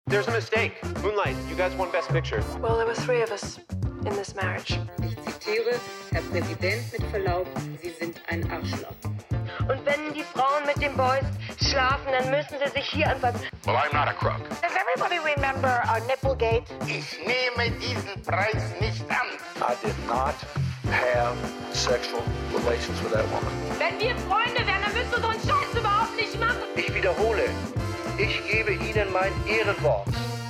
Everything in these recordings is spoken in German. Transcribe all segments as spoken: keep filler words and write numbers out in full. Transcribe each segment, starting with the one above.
There's a mistake. Moonlight, you guys won Best Picture. Well, there were three of us in this marriage. Ich zitiere, Herr Präsident, mit Verlaub, Sie sind ein Arschloch. Und wenn die Frauen mit den Boys schlafen, dann müssen sie sich hier anfassen. Well, I'm not a crook. Does everybody remember our Nipplegate? Ich nehme diesen Preis nicht an. I did not have sexual relations with that woman. Wenn wir Freunde wären, dann müsstest du so einen Scheiß überhaupt nicht machen. Ich wiederhole, ich gebe Ihnen mein Ehrenwort.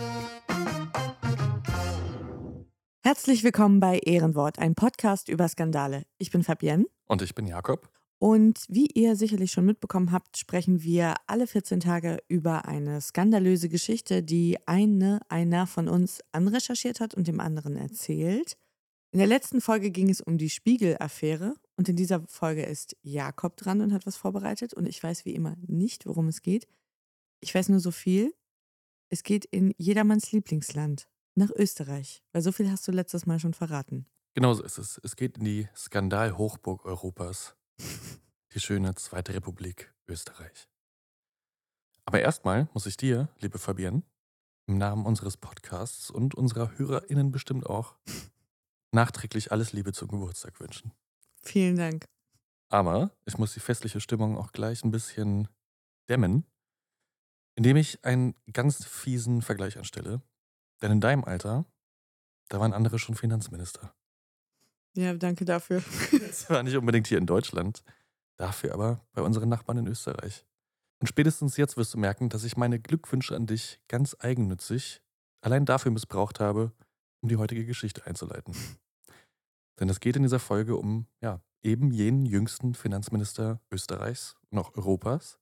Herzlich willkommen bei Ehrenwort, ein Podcast über Skandale. Ich bin Fabienne. Und ich bin Jakob. Und wie ihr sicherlich schon mitbekommen habt, sprechen wir alle vierzehn Tage über eine skandalöse Geschichte, die eine, einer von uns anrecherchiert hat und dem anderen erzählt. In der letzten Folge ging es um die Spiegel-Affäre und in dieser Folge ist Jakob dran und hat was vorbereitet und ich weiß wie immer nicht, worum es geht. Ich weiß nur so viel, es geht in jedermanns Lieblingsland, nach Österreich, weil so viel hast du letztes Mal schon verraten. Genau so ist es. Es geht in die Skandal-Hochburg Europas, die schöne Zweite Republik Österreich. Aber erstmal muss ich dir, liebe Fabienne, im Namen unseres Podcasts und unserer HörerInnen bestimmt auch, nachträglich alles Liebe zum Geburtstag wünschen. Vielen Dank. Aber ich muss die festliche Stimmung auch gleich ein bisschen dämmen, indem ich einen ganz fiesen Vergleich anstelle. Denn in deinem Alter, da waren andere schon Finanzminister. Ja, danke dafür. Zwar nicht unbedingt hier in Deutschland, dafür aber bei unseren Nachbarn in Österreich. Und spätestens jetzt wirst du merken, dass ich meine Glückwünsche an dich ganz eigennützig allein dafür missbraucht habe, um die heutige Geschichte einzuleiten. Denn es geht in dieser Folge um, ja, eben jenen jüngsten Finanzminister Österreichs und auch Europas,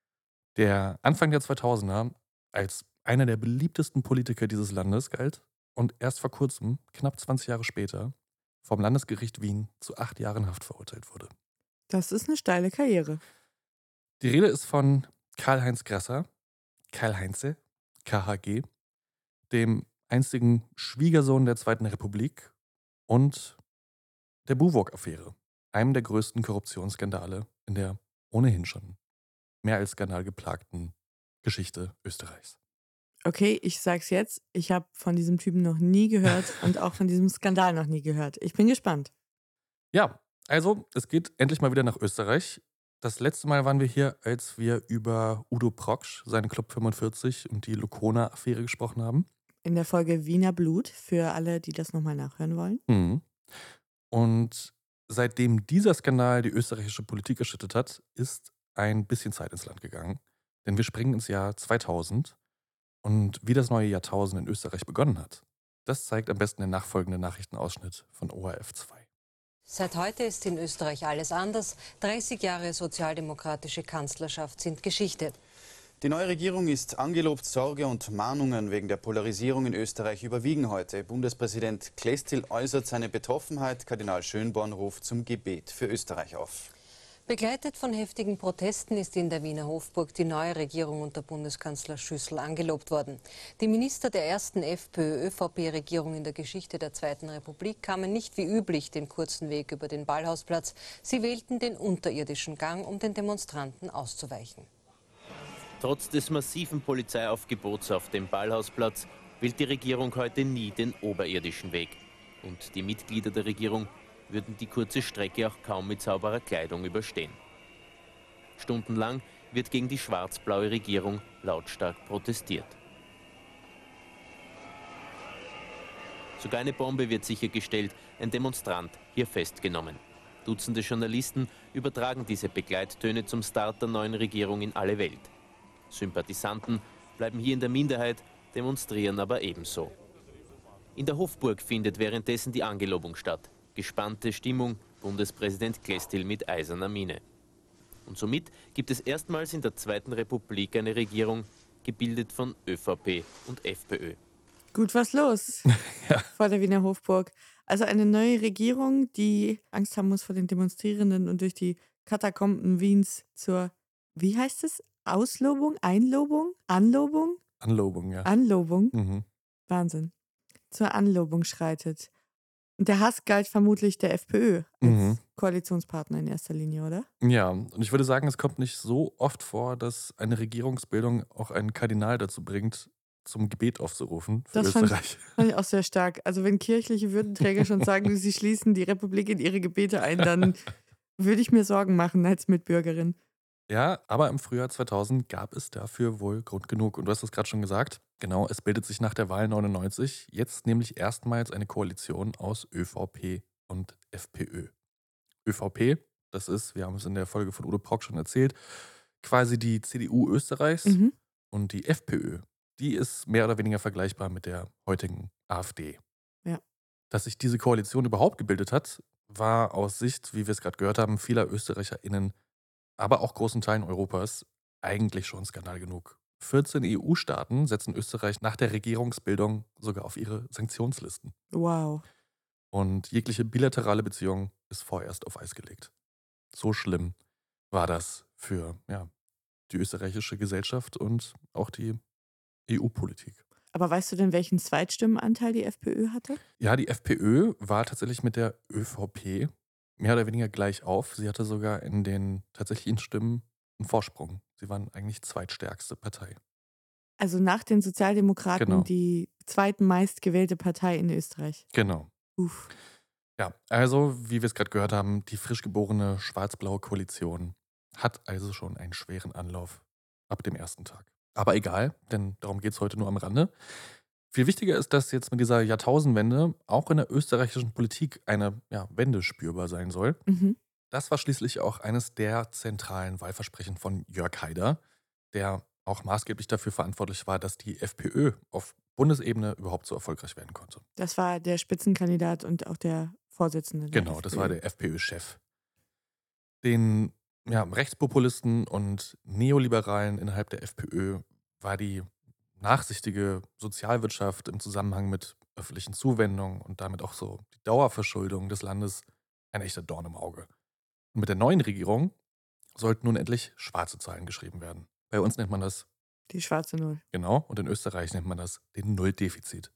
der Anfang der zweitausender als einer der beliebtesten Politiker dieses Landes galt und erst vor kurzem, knapp zwanzig Jahre später, vom Landesgericht Wien zu acht Jahren Haft verurteilt wurde. Das ist eine steile Karriere. Die Rede ist von Karl-Heinz Grasser, Karl-Heinze, K H G, dem einstigen Schwiegersohn der Zweiten Republik und der Buwog-Affäre, einem der größten Korruptionsskandale in der ohnehin schon mehr als skandalgeplagten Geschichte Österreichs. Okay, ich sag's jetzt, ich habe von diesem Typen noch nie gehört und auch von diesem Skandal noch nie gehört. Ich bin gespannt. Ja, also es geht endlich mal wieder nach Österreich. Das letzte Mal waren wir hier, als wir über Udo Proksch, seinen Club fünfundvierzig und die Lokona-Affäre gesprochen haben. In der Folge Wiener Blut, für alle, die das nochmal nachhören wollen. Mhm. Und seitdem dieser Skandal die österreichische Politik erschüttert hat, ist ein bisschen Zeit ins Land gegangen. Denn wir springen ins Jahr zweitausend und wie das neue Jahrtausend in Österreich begonnen hat. Das zeigt am besten der nachfolgende Nachrichtenausschnitt von O R F zwei. Seit heute ist in Österreich alles anders. dreißig Jahre sozialdemokratische Kanzlerschaft sind Geschichte. Die neue Regierung ist angelobt. Sorge und Mahnungen wegen der Polarisierung in Österreich überwiegen heute. Bundespräsident Klestil äußert seine Betroffenheit. Kardinal Schönborn ruft zum Gebet für Österreich auf. Begleitet von heftigen Protesten ist in der Wiener Hofburg die neue Regierung unter Bundeskanzler Schüssel angelobt worden. Die Minister der ersten FPÖ-ÖVP-Regierung in der Geschichte der Zweiten Republik kamen nicht wie üblich den kurzen Weg über den Ballhausplatz. Sie wählten den unterirdischen Gang, um den Demonstranten auszuweichen. Trotz des massiven Polizeiaufgebots auf dem Ballhausplatz wählt die Regierung heute nie den oberirdischen Weg. Und die Mitglieder der Regierung würden die kurze Strecke auch kaum mit sauberer Kleidung überstehen. Stundenlang wird gegen die schwarz-blaue Regierung lautstark protestiert. Sogar eine Bombe wird sichergestellt, ein Demonstrant hier festgenommen. Dutzende Journalisten übertragen diese Begleittöne zum Start der neuen Regierung in alle Welt. Sympathisanten bleiben hier in der Minderheit, demonstrieren aber ebenso. In der Hofburg findet währenddessen die Angelobung statt. Gespannte Stimmung, Bundespräsident Klestil mit eiserner Miene. Und somit gibt es erstmals in der Zweiten Republik eine Regierung, gebildet von ÖVP und FPÖ. Gut, was los ja. Vor der Wiener Hofburg. Also eine neue Regierung, die Angst haben muss vor den Demonstrierenden und durch die Katakomben Wiens zur, wie heißt es, Auslobung, Einlobung, Anlobung? Anlobung, ja. Anlobung? Mhm. Wahnsinn. Zur Anlobung schreitet. Und der Hass galt vermutlich der FPÖ als mhm. Koalitionspartner in erster Linie, oder? Ja, und ich würde sagen, es kommt nicht so oft vor, dass eine Regierungsbildung auch einen Kardinal dazu bringt, zum Gebet aufzurufen für Das fand, Österreich. fand ich auch sehr stark. Also wenn kirchliche Würdenträger schon sagen, sie schließen die Republik in ihre Gebete ein, dann würde ich mir Sorgen machen als Mitbürgerin. Ja, aber im Frühjahr zweitausend gab es dafür wohl Grund genug. Und du hast es gerade schon gesagt. Genau, es bildet sich nach der Wahl neunundneunzig jetzt nämlich erstmals eine Koalition aus ÖVP und FPÖ. ÖVP, das ist, wir haben es in der Folge von Udo Prock schon erzählt, quasi die C D U Österreichs. Mhm. Und die FPÖ, die ist mehr oder weniger vergleichbar mit der heutigen AfD. Ja. Dass sich diese Koalition überhaupt gebildet hat, war aus Sicht, wie wir es gerade gehört haben, vieler ÖsterreicherInnen, aber auch großen Teilen Europas, eigentlich schon Skandal genug. vierzehn E U-Staaten setzen Österreich nach der Regierungsbildung sogar auf ihre Sanktionslisten. Wow. Und jegliche bilaterale Beziehung ist vorerst auf Eis gelegt. So schlimm war das für ja, die österreichische Gesellschaft und auch die E U-Politik. Aber weißt du denn, welchen Zweitstimmenanteil die FPÖ hatte? Ja, die FPÖ war tatsächlich mit der ÖVP mehr oder weniger gleich auf. Sie hatte sogar in den tatsächlichen Stimmen einen Vorsprung. Sie waren eigentlich zweitstärkste Partei. Also nach den Sozialdemokraten Genau. die zweitmeist gewählte Partei in Österreich. Genau. Uff. Ja, also, wie wir es gerade gehört haben, die frisch geborene schwarz-blaue Koalition hat also schon einen schweren Anlauf ab dem ersten Tag. Aber egal, denn darum geht es heute nur am Rande. Viel wichtiger ist, dass jetzt mit dieser Jahrtausendwende auch in der österreichischen Politik eine ja, Wende spürbar sein soll. Mhm. Das war schließlich auch eines der zentralen Wahlversprechen von Jörg Haider, der auch maßgeblich dafür verantwortlich war, dass die FPÖ auf Bundesebene überhaupt so erfolgreich werden konnte. Das war der Spitzenkandidat und auch der Vorsitzende. Der Genau, das FPÖ. war der FPÖ-Chef. Den ja, Rechtspopulisten und Neoliberalen innerhalb der FPÖ war die nachsichtige Sozialwirtschaft im Zusammenhang mit öffentlichen Zuwendungen und damit auch so die Dauerverschuldung des Landes ein echter Dorn im Auge. Und mit der neuen Regierung sollten nun endlich schwarze Zahlen geschrieben werden. Bei uns nennt man das Die schwarze Null. Genau, und in Österreich nennt man das den Nulldefizit.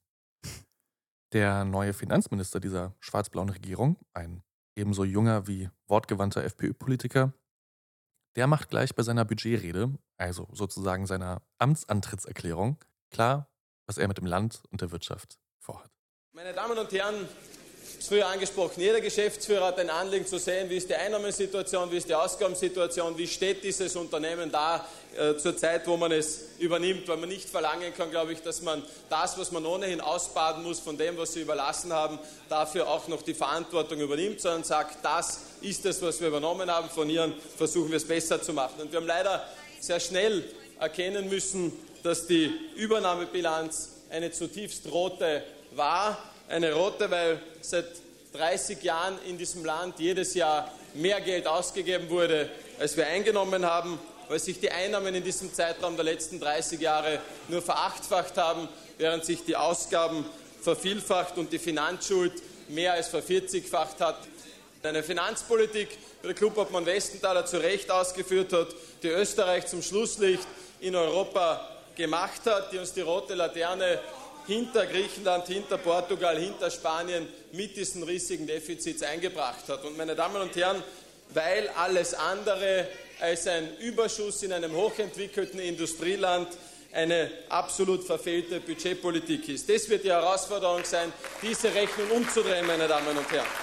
Der neue Finanzminister dieser schwarz-blauen Regierung, ein ebenso junger wie wortgewandter FPÖ-Politiker, der macht gleich bei seiner Budgetrede, also sozusagen seiner Amtsantrittserklärung, klar, was er mit dem Land und der Wirtschaft vorhat. Meine Damen und Herren, es früher angesprochen, jeder Geschäftsführer hat ein Anliegen zu sehen, wie ist die Einnahmensituation, wie ist die Ausgabensituation, wie steht dieses Unternehmen da äh, zur Zeit, wo man es übernimmt, weil man nicht verlangen kann, glaube ich, dass man das, was man ohnehin ausbaden muss von dem, was sie überlassen haben, dafür auch noch die Verantwortung übernimmt, sondern sagt, das ist es, was wir übernommen haben von Ihnen, versuchen wir es besser zu machen. Und wir haben leider sehr schnell erkennen müssen, dass die Übernahmebilanz eine zutiefst rote war. Eine rote, weil seit dreißig Jahren in diesem Land jedes Jahr mehr Geld ausgegeben wurde, als wir eingenommen haben, weil sich die Einnahmen in diesem Zeitraum der letzten dreißig Jahre nur verachtfacht haben, während sich die Ausgaben vervielfacht und die Finanzschuld mehr als vervierzigfacht hat. Eine Finanzpolitik, wie der Klubobmann Westenthaler zu Recht ausgeführt hat, die Österreich zum Schlusslicht in Europa gemacht hat, die uns die rote Laterne hinter Griechenland, hinter Portugal, hinter Spanien mit diesen riesigen Defizits eingebracht hat. Und meine Damen und Herren, weil alles andere als ein Überschuss in einem hochentwickelten Industrieland eine absolut verfehlte Budgetpolitik ist. Das wird die Herausforderung sein, diese Rechnung umzudrehen, meine Damen und Herren.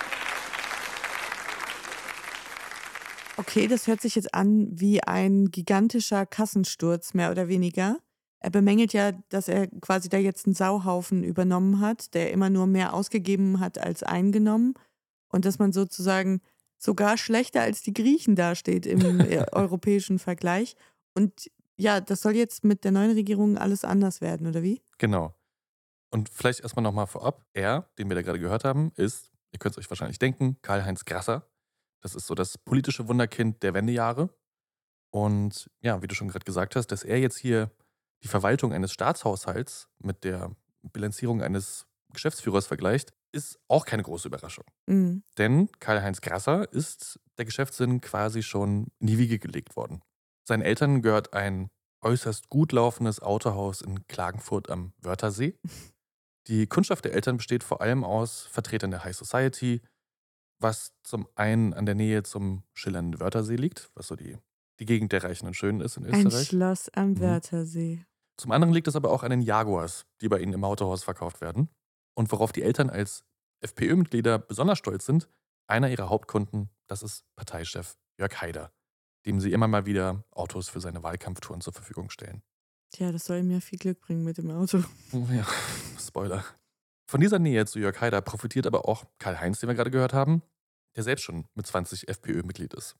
Okay, das hört sich jetzt an wie ein gigantischer Kassensturz, mehr oder weniger. Er bemängelt ja, dass er quasi da jetzt einen Sauhaufen übernommen hat, der immer nur mehr ausgegeben hat als eingenommen und dass man sozusagen sogar schlechter als die Griechen dasteht im europäischen Vergleich. Und ja, das soll jetzt mit der neuen Regierung alles anders werden, oder wie? Genau. Und vielleicht erstmal nochmal vorab, er, den wir da gerade gehört haben, ist, ihr könnt es euch wahrscheinlich denken, Karl-Heinz Grasser. Das ist so das politische Wunderkind der Wendejahre. Und ja, wie du schon gerade gesagt hast, dass er jetzt hier die Verwaltung eines Staatshaushalts mit der Bilanzierung eines Geschäftsführers vergleicht, ist auch keine große Überraschung. Mhm. Denn Karl-Heinz Grasser ist der Geschäftssinn quasi schon in die Wiege gelegt worden. Seinen Eltern gehört ein äußerst gut laufendes Autohaus in Klagenfurt am Wörthersee. Die Kundschaft der Eltern besteht vor allem aus Vertretern der High Society, was zum einen an der Nähe zum schillernden Wörthersee liegt, was so die, die Gegend der Reichen und Schönen ist in Ein Österreich. Schloss am Mhm. Wörthersee. Zum anderen liegt es aber auch an den Jaguars, die bei ihnen im Autohaus verkauft werden. Und worauf die Eltern als FPÖ-Mitglieder besonders stolz sind, einer ihrer Hauptkunden, das ist Parteichef Jörg Haider, dem sie immer mal wieder Autos für seine Wahlkampftouren zur Verfügung stellen. Tja, das soll ihm ja viel Glück bringen mit dem Auto. Ja, Spoiler. Von dieser Nähe zu Jörg Haider profitiert aber auch Karl-Heinz, den wir gerade gehört haben, der selbst schon mit zwanzig FPÖ-Mitglied ist.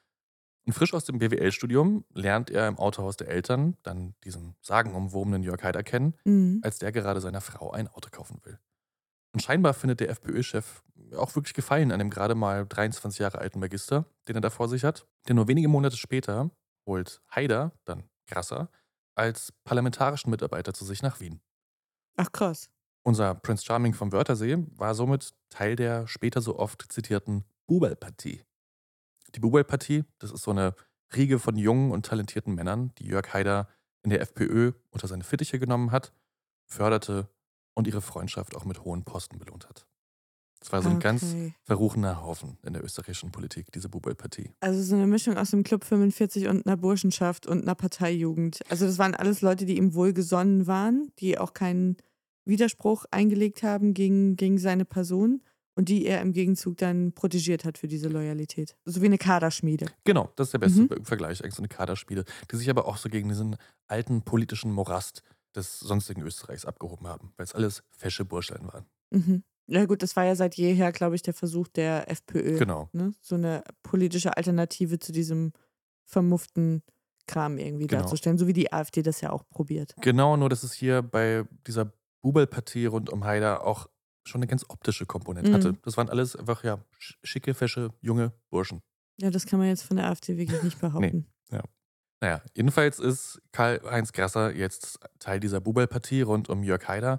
Und frisch aus dem B W L-Studium lernt er im Autohaus der Eltern dann diesen sagenumwobenen Jörg Haider kennen, Mhm. als der gerade seiner Frau ein Auto kaufen will. Und scheinbar findet der FPÖ-Chef auch wirklich Gefallen an dem gerade mal dreiundzwanzig Jahre alten Magister, den er da vor sich hat. Denn nur wenige Monate später holt Haider, dann Grasser, als parlamentarischen Mitarbeiter zu sich nach Wien. Ach krass. Unser Prince Charming vom Wörthersee war somit Teil der später so oft zitierten Buberl-Partie. Die Buberl-Partie, das ist so eine Riege von jungen und talentierten Männern, die Jörg Haider in der FPÖ unter seine Fittiche genommen hat, förderte und ihre Freundschaft auch mit hohen Posten belohnt hat. Das war so ein ganz Okay. verruchener Haufen in der österreichischen Politik, diese Buberl-Partie. Also so eine Mischung aus dem Club fünfundvierzig und einer Burschenschaft und einer Parteijugend. Also das waren alles Leute, die ihm wohlgesonnen waren, die auch keinen Widerspruch eingelegt haben gegen, gegen seine Person und die er im Gegenzug dann protegiert hat für diese Loyalität. So wie eine Kaderschmiede. Genau, das ist der beste Mhm. Vergleich, eigentlich so eine Kaderspiele, die sich aber auch so gegen diesen alten politischen Morast des sonstigen Österreichs abgehoben haben, weil es alles fesche Burscheln waren. Mhm. Ja gut, das war ja seit jeher, glaube ich, der Versuch der FPÖ. Genau. Ne? So eine politische Alternative zu diesem vermufften Kram irgendwie Genau. darzustellen, so wie die AfD das ja auch probiert. Genau, nur dass es hier bei dieser Buberl-Partie rund um Haider auch schon eine ganz optische Komponente Mhm. hatte. Das waren alles einfach, ja, sch- schicke, fesche, junge Burschen. Ja, das kann man jetzt von der AfD wirklich nicht behaupten. Ja. Naja, jedenfalls ist Karl-Heinz Grasser jetzt Teil dieser Buberl-Partie rund um Jörg Haider.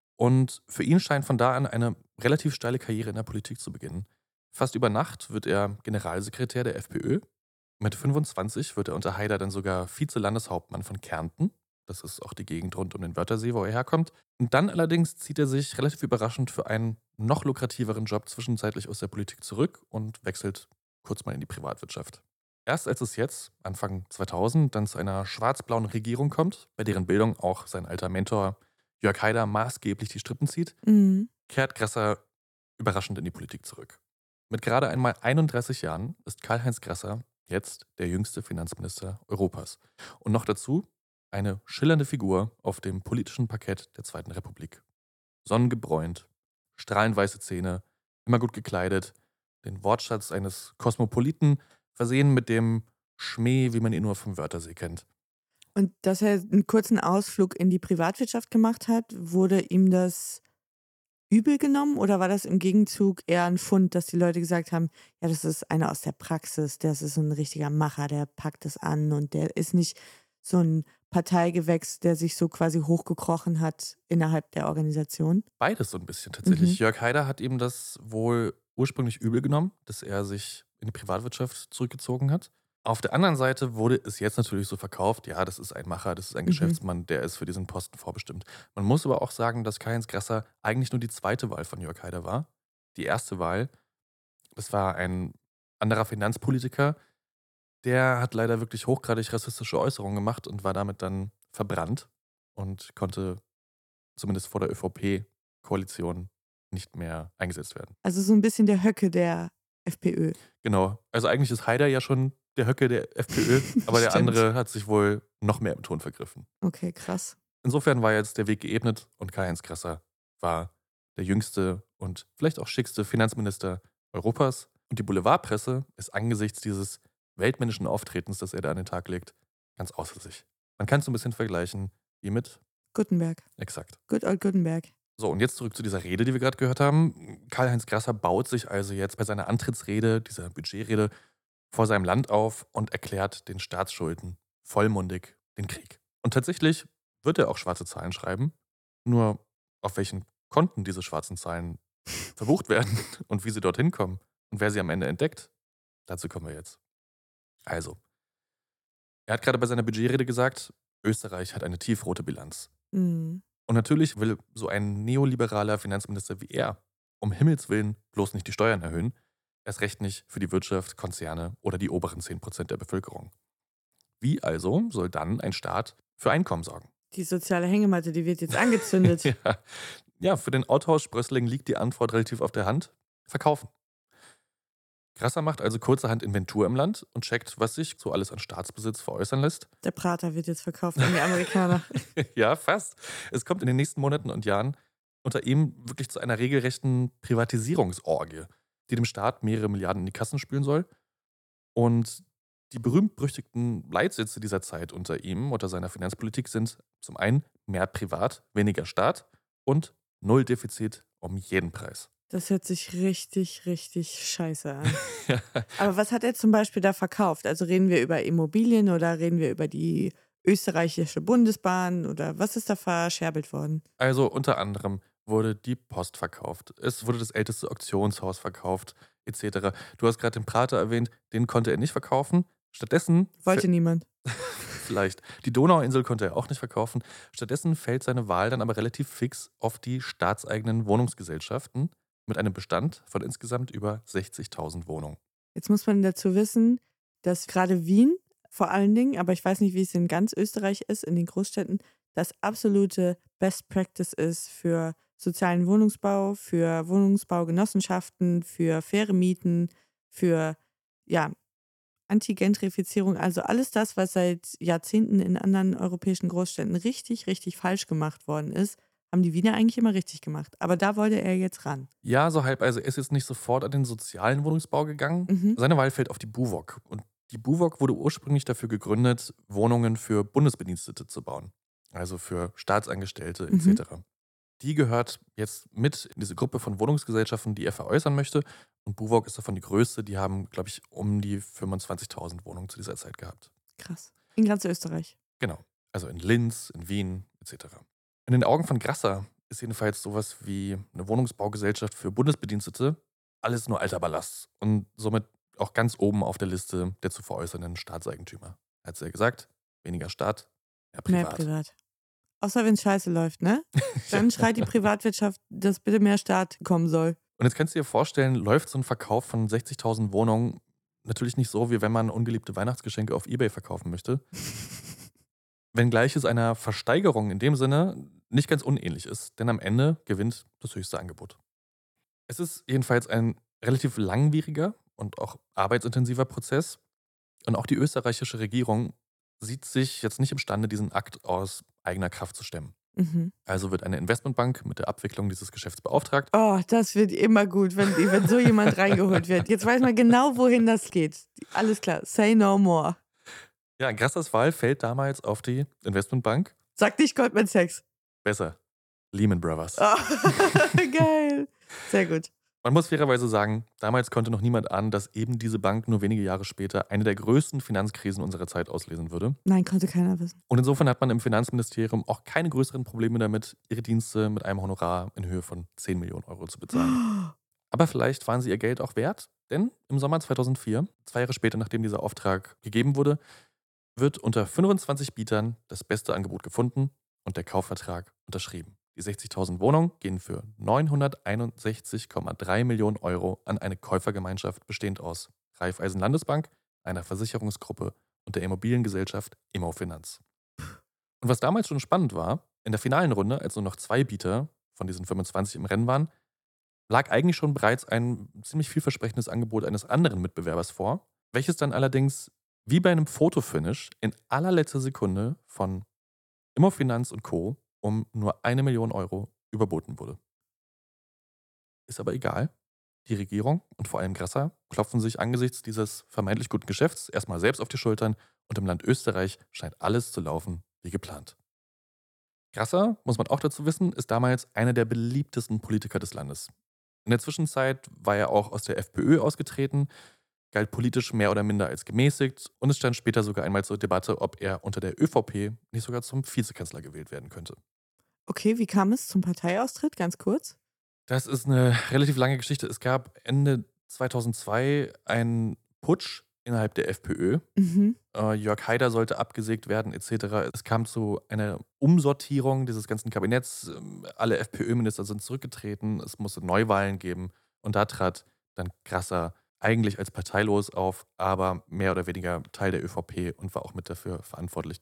Und für ihn scheint von da an eine relativ steile Karriere in der Politik zu beginnen. Fast über Nacht wird er Generalsekretär der FPÖ. Mit fünfundzwanzig wird er unter Haider dann sogar Vize-Landeshauptmann von Kärnten. Das ist auch die Gegend rund um den Wörthersee, wo er herkommt. Und dann allerdings zieht er sich relativ überraschend für einen noch lukrativeren Job zwischenzeitlich aus der Politik zurück und wechselt kurz mal in die Privatwirtschaft. Erst als es jetzt, Anfang zweitausend, dann zu einer schwarz-blauen Regierung kommt, bei deren Bildung auch sein alter Mentor Jörg Haider maßgeblich die Strippen zieht, Mhm. kehrt Grasser überraschend in die Politik zurück. Mit gerade einmal einunddreißig Jahren ist Karl-Heinz Grasser jetzt der jüngste Finanzminister Europas. Und noch dazu eine schillernde Figur auf dem politischen Parkett der Zweiten Republik. Sonnengebräunt, strahlend weiße Zähne, immer gut gekleidet, den Wortschatz eines Kosmopoliten, versehen mit dem Schmäh, wie man ihn nur vom Wörthersee kennt. Und dass er einen kurzen Ausflug in die Privatwirtschaft gemacht hat, wurde ihm das übel genommen oder war das im Gegenzug eher ein Fund, dass die Leute gesagt haben, ja, das ist einer aus der Praxis, das ist ein richtiger Macher, der packt es an und der ist nicht so ein Parteigewächs, der sich so quasi hochgekrochen hat innerhalb der Organisation? Beides so ein bisschen tatsächlich. Mhm. Jörg Haider hat ihm das wohl ursprünglich übel genommen, dass er sich in die Privatwirtschaft zurückgezogen hat. Auf der anderen Seite wurde es jetzt natürlich so verkauft, ja, das ist ein Macher, das ist ein Mhm. Geschäftsmann, der ist für diesen Posten vorbestimmt. Man muss aber auch sagen, dass Karl-Heinz Grasser eigentlich nur die zweite Wahl von Jörg Haider war. Die erste Wahl, das war ein anderer Finanzpolitiker, der hat leider wirklich hochgradig rassistische Äußerungen gemacht und war damit dann verbrannt und konnte zumindest vor der ÖVP-Koalition nicht mehr eingesetzt werden. Also so ein bisschen der Höcke der FPÖ. Genau. Also eigentlich ist Haider ja schon der Höcke der FPÖ, aber der Stimmt. andere hat sich wohl noch mehr im Ton vergriffen. Okay, krass. Insofern war jetzt der Weg geebnet und Karl-Heinz Grasser war der jüngste und vielleicht auch schickste Finanzminister Europas. Und die Boulevardpresse ist angesichts dieses weltmännischen Auftretens, das er da an den Tag legt, ganz außer sich. Man kann es so ein bisschen vergleichen wie mit Gutenberg. exakt. Good old Gutenberg. So, und jetzt zurück zu dieser Rede, die wir gerade gehört haben. Karl-Heinz Grasser baut sich also jetzt bei seiner Antrittsrede, dieser Budgetrede, vor seinem Land auf und erklärt den Staatsschulden vollmundig den Krieg. Und tatsächlich wird er auch schwarze Zahlen schreiben, nur auf welchen Konten diese schwarzen Zahlen verbucht werden und wie sie dorthin kommen und wer sie am Ende entdeckt, dazu kommen wir jetzt. Also, er hat gerade bei seiner Budgetrede gesagt, Österreich hat eine tiefrote Bilanz. Mhm. Und natürlich will so ein neoliberaler Finanzminister wie er um Himmels Willen bloß nicht die Steuern erhöhen, erst recht nicht für die Wirtschaft, Konzerne oder die oberen zehn Prozent der Bevölkerung. Wie also soll dann ein Staat für Einkommen sorgen? Die soziale Hängematte, die wird jetzt angezündet. ja. ja, für den Autohaus Sprössling liegt die Antwort relativ auf der Hand. Verkaufen. Grasser macht also kurzerhand Inventur im Land und checkt, was sich so alles an Staatsbesitz veräußern lässt. Der Prater wird jetzt verkauft an die Amerikaner. ja, fast. Es kommt in den nächsten Monaten und Jahren unter ihm wirklich zu einer regelrechten Privatisierungsorgie, die dem Staat mehrere Milliarden in die Kassen spülen soll. Und die berühmt-berüchtigten Leitsätze dieser Zeit unter ihm, unter seiner Finanzpolitik, sind zum einen mehr Privat, weniger Staat und Null Defizit um jeden Preis. Das hört sich richtig, richtig scheiße an. ja. Aber was hat er zum Beispiel da verkauft? Also reden wir über Immobilien oder reden wir über die österreichische Bundesbahn oder was ist da verscherbelt worden? Also unter anderem wurde die Post verkauft. Es wurde das älteste Auktionshaus verkauft, et cetera. Du hast gerade den Prater erwähnt, den konnte er nicht verkaufen. Stattdessen... Wollte niemand. Vielleicht. Die Donauinsel konnte er auch nicht verkaufen. Stattdessen fällt seine Wahl dann aber relativ fix auf die staatseigenen Wohnungsgesellschaften mit einem Bestand von insgesamt über sechzigtausend Wohnungen. Jetzt muss man dazu wissen, dass gerade Wien vor allen Dingen, aber ich weiß nicht, wie es in ganz Österreich ist, in den Großstädten, das absolute Best Practice ist für sozialen Wohnungsbau, für Wohnungsbaugenossenschaften, für faire Mieten, für ja, Anti-Gentrifizierung, also alles das, was seit Jahrzehnten in anderen europäischen Großstädten richtig, richtig falsch gemacht worden ist, haben die Wiener eigentlich immer richtig gemacht. Aber da wollte er jetzt ran. Ja, so halb. Also er ist jetzt nicht sofort an den sozialen Wohnungsbau gegangen. Mhm. Seine Wahl fällt auf die BUWOG. Und die BUWOG wurde ursprünglich dafür gegründet, Wohnungen für Bundesbedienstete zu bauen. Also für Staatsangestellte et cetera. Mhm. Die gehört jetzt mit in diese Gruppe von Wohnungsgesellschaften, die er veräußern möchte. Und BUWOG ist davon die größte. Die haben, glaube ich, um die fünfundzwanzigtausend Wohnungen zu dieser Zeit gehabt. Krass. In ganz Österreich. Genau. Also in Linz, in Wien et cetera. In den Augen von Grasser ist jedenfalls sowas wie eine Wohnungsbaugesellschaft für Bundesbedienstete alles nur alter Ballast und somit auch ganz oben auf der Liste der zu veräußernden Staatseigentümer. Hat sie ja gesagt, weniger Staat, mehr Privat. Mehr Privat. Außer wenn es scheiße läuft, ne? Dann schreit die Privatwirtschaft, dass bitte mehr Staat kommen soll. Und jetzt kannst du dir vorstellen, läuft so ein Verkauf von sechzigtausend Wohnungen natürlich nicht so, wie wenn man ungeliebte Weihnachtsgeschenke auf eBay verkaufen möchte. Wenngleich es einer Versteigerung in dem Sinne nicht ganz unähnlich ist, denn am Ende gewinnt das höchste Angebot. Es ist jedenfalls ein relativ langwieriger und auch arbeitsintensiver Prozess und auch die österreichische Regierung sieht sich jetzt nicht imstande, diesen Akt aus eigener Kraft zu stemmen. Mhm. Also wird eine Investmentbank mit der Abwicklung dieses Geschäfts beauftragt. Oh, das wird immer gut, wenn, wenn so jemand reingeholt wird. Jetzt weiß man genau, wohin das geht. Alles klar, say no more. Ja, Grassers Wahl fällt damals auf die Investmentbank. Sag nicht Goldman Sachs. Besser. Lehman Brothers. Oh, geil. Sehr gut. Man muss fairerweise sagen, damals konnte noch niemand ahnen, dass eben diese Bank nur wenige Jahre später eine der größten Finanzkrisen unserer Zeit auslösen würde. Nein, konnte keiner wissen. Und insofern hat man im Finanzministerium auch keine größeren Probleme damit, ihre Dienste mit einem Honorar in Höhe von zehn Millionen Euro zu bezahlen. Aber vielleicht waren sie ihr Geld auch wert, denn im Sommer zweitausendvier, zwei Jahre später, nachdem dieser Auftrag gegeben wurde, wird unter fünfundzwanzig Bietern das beste Angebot gefunden und der Kaufvertrag unterschrieben. Die sechzigtausend Wohnungen gehen für neunhunderteinundsechzig Komma drei Millionen Euro an eine Käufergemeinschaft bestehend aus Raiffeisen Landesbank, einer Versicherungsgruppe und der Immobiliengesellschaft Immofinanz. Und was damals schon spannend war, in der finalen Runde, als nur noch zwei Bieter von diesen fünfundzwanzig im Rennen waren, lag eigentlich schon bereits ein ziemlich vielversprechendes Angebot eines anderen Mitbewerbers vor, welches dann allerdings wie bei einem Fotofinish in allerletzter Sekunde von Immofinanz und Co. um nur eine Million Euro überboten wurde. Ist aber egal. Die Regierung und vor allem Grasser klopfen sich angesichts dieses vermeintlich guten Geschäfts erstmal selbst auf die Schultern und im Land Österreich scheint alles zu laufen wie geplant. Grasser, muss man auch dazu wissen, ist damals einer der beliebtesten Politiker des Landes. In der Zwischenzeit war er auch aus der FPÖ ausgetreten, galt politisch mehr oder minder als gemäßigt und es stand später sogar einmal zur Debatte, ob er unter der ÖVP nicht sogar zum Vizekanzler gewählt werden könnte. Okay, wie kam es zum Parteiaustritt? Ganz kurz. Das ist eine relativ lange Geschichte. Es gab Ende zweitausendzwei einen Putsch innerhalb der FPÖ. Mhm. Äh, Jörg Haider sollte abgesägt werden et cetera. Es kam zu einer Umsortierung dieses ganzen Kabinetts. Alle FPÖ-Minister sind zurückgetreten. Es musste Neuwahlen geben. Und da trat dann Grasser eigentlich als parteilos auf, aber mehr oder weniger Teil der ÖVP und war auch mit dafür verantwortlich, dass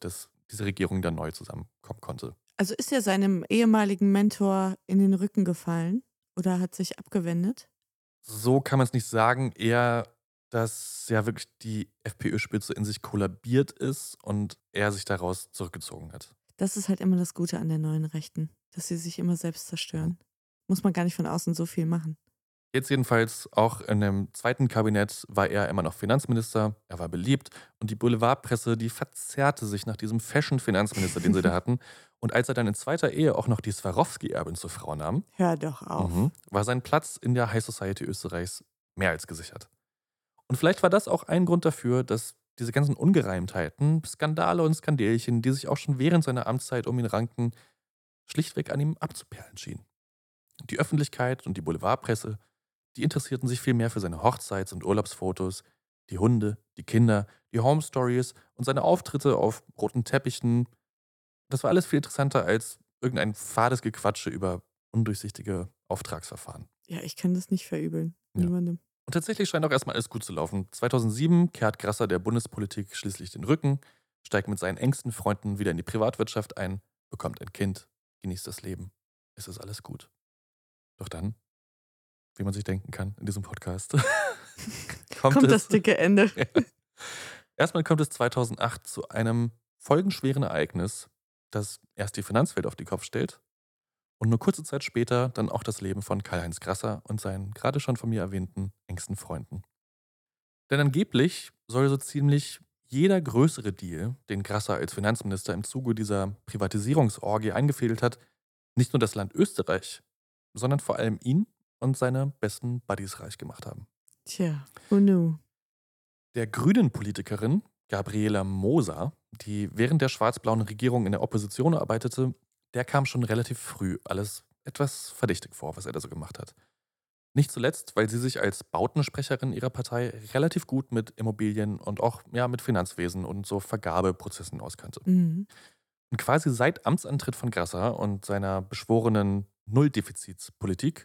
diese Regierung dann neu zusammenkommen konnte. Also ist er seinem ehemaligen Mentor in den Rücken gefallen oder hat sich abgewendet? So kann man es nicht sagen, eher, dass ja wirklich die FPÖ-Spitze in sich kollabiert ist und er sich daraus zurückgezogen hat. Das ist halt immer das Gute an der neuen Rechten, dass sie sich immer selbst zerstören. Muss man gar nicht von außen so viel machen. Jetzt jedenfalls, auch in dem zweiten Kabinett war er immer noch Finanzminister, er war beliebt und die Boulevardpresse, die verzerrte sich nach diesem Fashion-Finanzminister, den sie da hatten. Und als er dann in zweiter Ehe auch noch die Swarovski-Erbin zur Frau nahm, Hör doch auf. mhm, war sein Platz in der High Society Österreichs mehr als gesichert. Und vielleicht war das auch ein Grund dafür, dass diese ganzen Ungereimtheiten, Skandale und Skandelchen, die sich auch schon während seiner Amtszeit um ihn ranken, schlichtweg an ihm abzuperlen schienen. Die Öffentlichkeit und die Boulevardpresse, die interessierten sich viel mehr für seine Hochzeits- und Urlaubsfotos, die Hunde, die Kinder, die Home Stories und seine Auftritte auf roten Teppichen. Das war alles viel interessanter als irgendein fades Gequatsche über undurchsichtige Auftragsverfahren. Ja, ich kann das nicht verübeln. Ja. Niemandem. Und tatsächlich scheint auch erstmal alles gut zu laufen. zweitausendsieben kehrt Grasser der Bundespolitik schließlich den Rücken, steigt mit seinen engsten Freunden wieder in die Privatwirtschaft ein, bekommt ein Kind, genießt das Leben. Es ist alles gut. Doch dann, wie man sich denken kann in diesem Podcast, kommt, Kommt es, das dicke Ende. Ja. Erstmal kommt es zweitausendacht zu einem folgenschweren Ereignis, das erst die Finanzwelt auf den Kopf stellt und nur kurze Zeit später dann auch das Leben von Karl-Heinz Grasser und seinen gerade schon von mir erwähnten engsten Freunden. Denn angeblich soll so ziemlich jeder größere Deal, den Grasser als Finanzminister im Zuge dieser Privatisierungsorgie eingefädelt hat, nicht nur das Land Österreich, sondern vor allem ihn und seine besten Buddies reich gemacht haben. Tja, who knew? Der grünen Politikerin Gabriela Moser, die während der schwarz-blauen Regierung in der Opposition arbeitete, der kam schon relativ früh alles etwas verdächtig vor, was er da so gemacht hat. Nicht zuletzt, weil sie sich als Bautensprecherin ihrer Partei relativ gut mit Immobilien und auch ja, mit Finanzwesen und so Vergabeprozessen auskannte. Mhm. Und quasi seit Amtsantritt von Grasser und seiner beschworenen Nulldefizitspolitik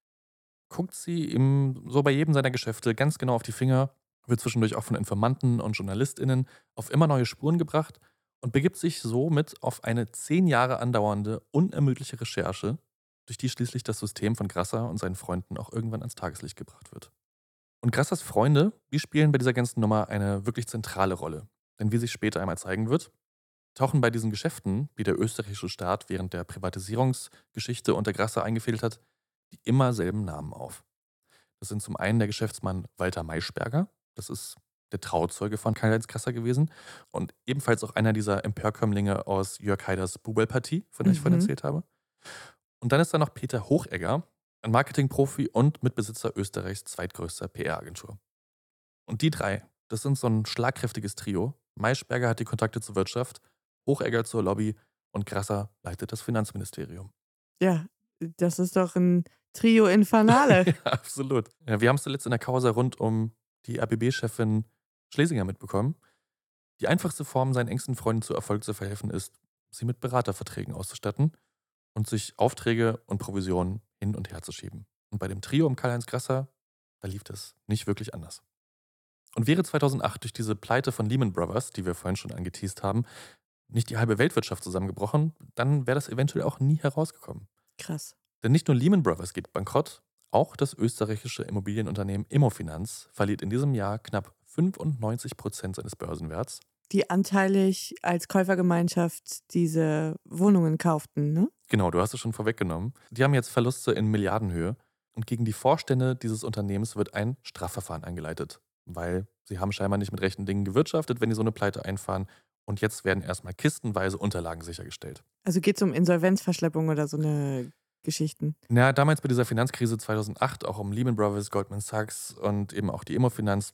guckt sie ihm so bei jedem seiner Geschäfte ganz genau auf die Finger, wird zwischendurch auch von Informanten und JournalistInnen auf immer neue Spuren gebracht und begibt sich somit auf eine zehn Jahre andauernde, unermüdliche Recherche, durch die schließlich das System von Grasser und seinen Freunden auch irgendwann ans Tageslicht gebracht wird. Und Grassers Freunde, die spielen bei dieser ganzen Nummer eine wirklich zentrale Rolle. Denn wie sich später einmal zeigen wird, tauchen bei diesen Geschäften, die der österreichische Staat während der Privatisierungsgeschichte unter Grasser eingefädelt hat, die immer selben Namen auf. Das sind zum einen der Geschäftsmann Walter Maischberger, das ist der Trauzeuge von Karl-Heinz Grasser gewesen und ebenfalls auch einer dieser Empörkömmlinge aus Jörg Haiders Buberl-Partie, von der ich vorhin Mhm. erzählt habe. Und dann ist da noch Peter Hochegger, ein Marketingprofi und Mitbesitzer Österreichs zweitgrößter P R-Agentur. Und die drei, das sind so ein schlagkräftiges Trio. Maischberger hat die Kontakte zur Wirtschaft, Hochegger zur Lobby und Grasser leitet das Finanzministerium. Ja, das ist doch ein Trio Infernale. Ja, absolut. Ja, wir haben es zuletzt in der Causa rund um die R B B-Chefin Schlesinger mitbekommen. Die einfachste Form, seinen engsten Freunden zu Erfolg zu verhelfen, ist, sie mit Beraterverträgen auszustatten und sich Aufträge und Provisionen hin und her zu schieben. Und bei dem Trio um Karl-Heinz Grasser, da lief das nicht wirklich anders. Und wäre zweitausendacht durch diese Pleite von Lehman Brothers, die wir vorhin schon angeteast haben, nicht die halbe Weltwirtschaft zusammengebrochen, dann wäre das eventuell auch nie herausgekommen. Krass. Denn nicht nur Lehman Brothers geht bankrott, auch das österreichische Immobilienunternehmen Immofinanz verliert in diesem Jahr knapp fünfundneunzig Prozent seines Börsenwerts. Die anteilig als Käufergemeinschaft diese Wohnungen kauften, ne? Genau, du hast es schon vorweggenommen. Die haben jetzt Verluste in Milliardenhöhe und gegen die Vorstände dieses Unternehmens wird ein Strafverfahren eingeleitet, weil sie haben scheinbar nicht mit rechten Dingen gewirtschaftet, wenn die so eine Pleite einfahren. Und jetzt werden erstmal kistenweise Unterlagen sichergestellt. Also geht es um Insolvenzverschleppung oder so eine Geschichten? Na, damals bei dieser Finanzkrise zweitausendacht, auch um Lehman Brothers, Goldman Sachs und eben auch die Immofinanz,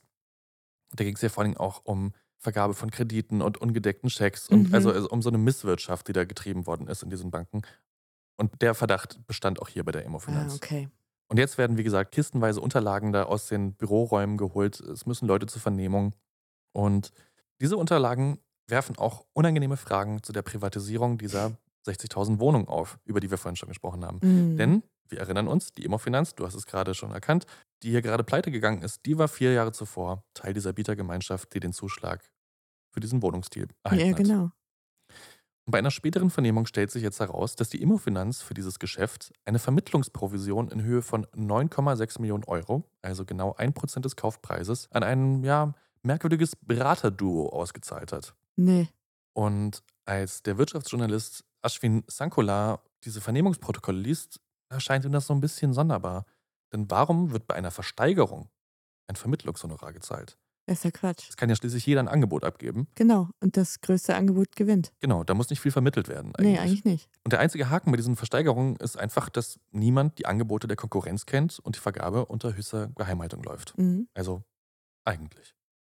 da ging es ja vor allem auch um Vergabe von Krediten und ungedeckten Schecks und Mhm. also, also um so eine Misswirtschaft, die da getrieben worden ist in diesen Banken. Und der Verdacht bestand auch hier bei der Immofinanz. Ah, okay. Und jetzt werden, wie gesagt, kistenweise Unterlagen da aus den Büroräumen geholt. Es müssen Leute zur Vernehmung. Und diese Unterlagen werfen auch unangenehme Fragen zu der Privatisierung dieser sechzigtausend Wohnungen auf, über die wir vorhin schon gesprochen haben. Mhm. Denn, wir erinnern uns, die Immofinanz, du hast es gerade schon erkannt, die hier gerade pleite gegangen ist, die war vier Jahre zuvor Teil dieser Bietergemeinschaft, die den Zuschlag für diesen Wohnungsdeal erhalten Ja, hat. genau. Und bei einer späteren Vernehmung stellt sich jetzt heraus, dass die Immofinanz für dieses Geschäft eine Vermittlungsprovision in Höhe von neun Komma sechs Millionen Euro, also genau ein Prozent des Kaufpreises, an ein, ja, merkwürdiges Beraterduo ausgezahlt hat. Nee. Und als der Wirtschaftsjournalist Ashwin Sankola diese Vernehmungsprotokolle liest, erscheint ihm das so ein bisschen sonderbar. Denn warum wird bei einer Versteigerung ein Vermittlungshonorar gezahlt? Das ist ja Quatsch. Es kann ja schließlich jeder ein Angebot abgeben. Genau, und das größte Angebot gewinnt. Genau, da muss nicht viel vermittelt werden. Eigentlich. Nee, eigentlich nicht. Und der einzige Haken bei diesen Versteigerungen ist einfach, dass niemand die Angebote der Konkurrenz kennt und die Vergabe unter höchster Geheimhaltung läuft. Mhm. Also eigentlich.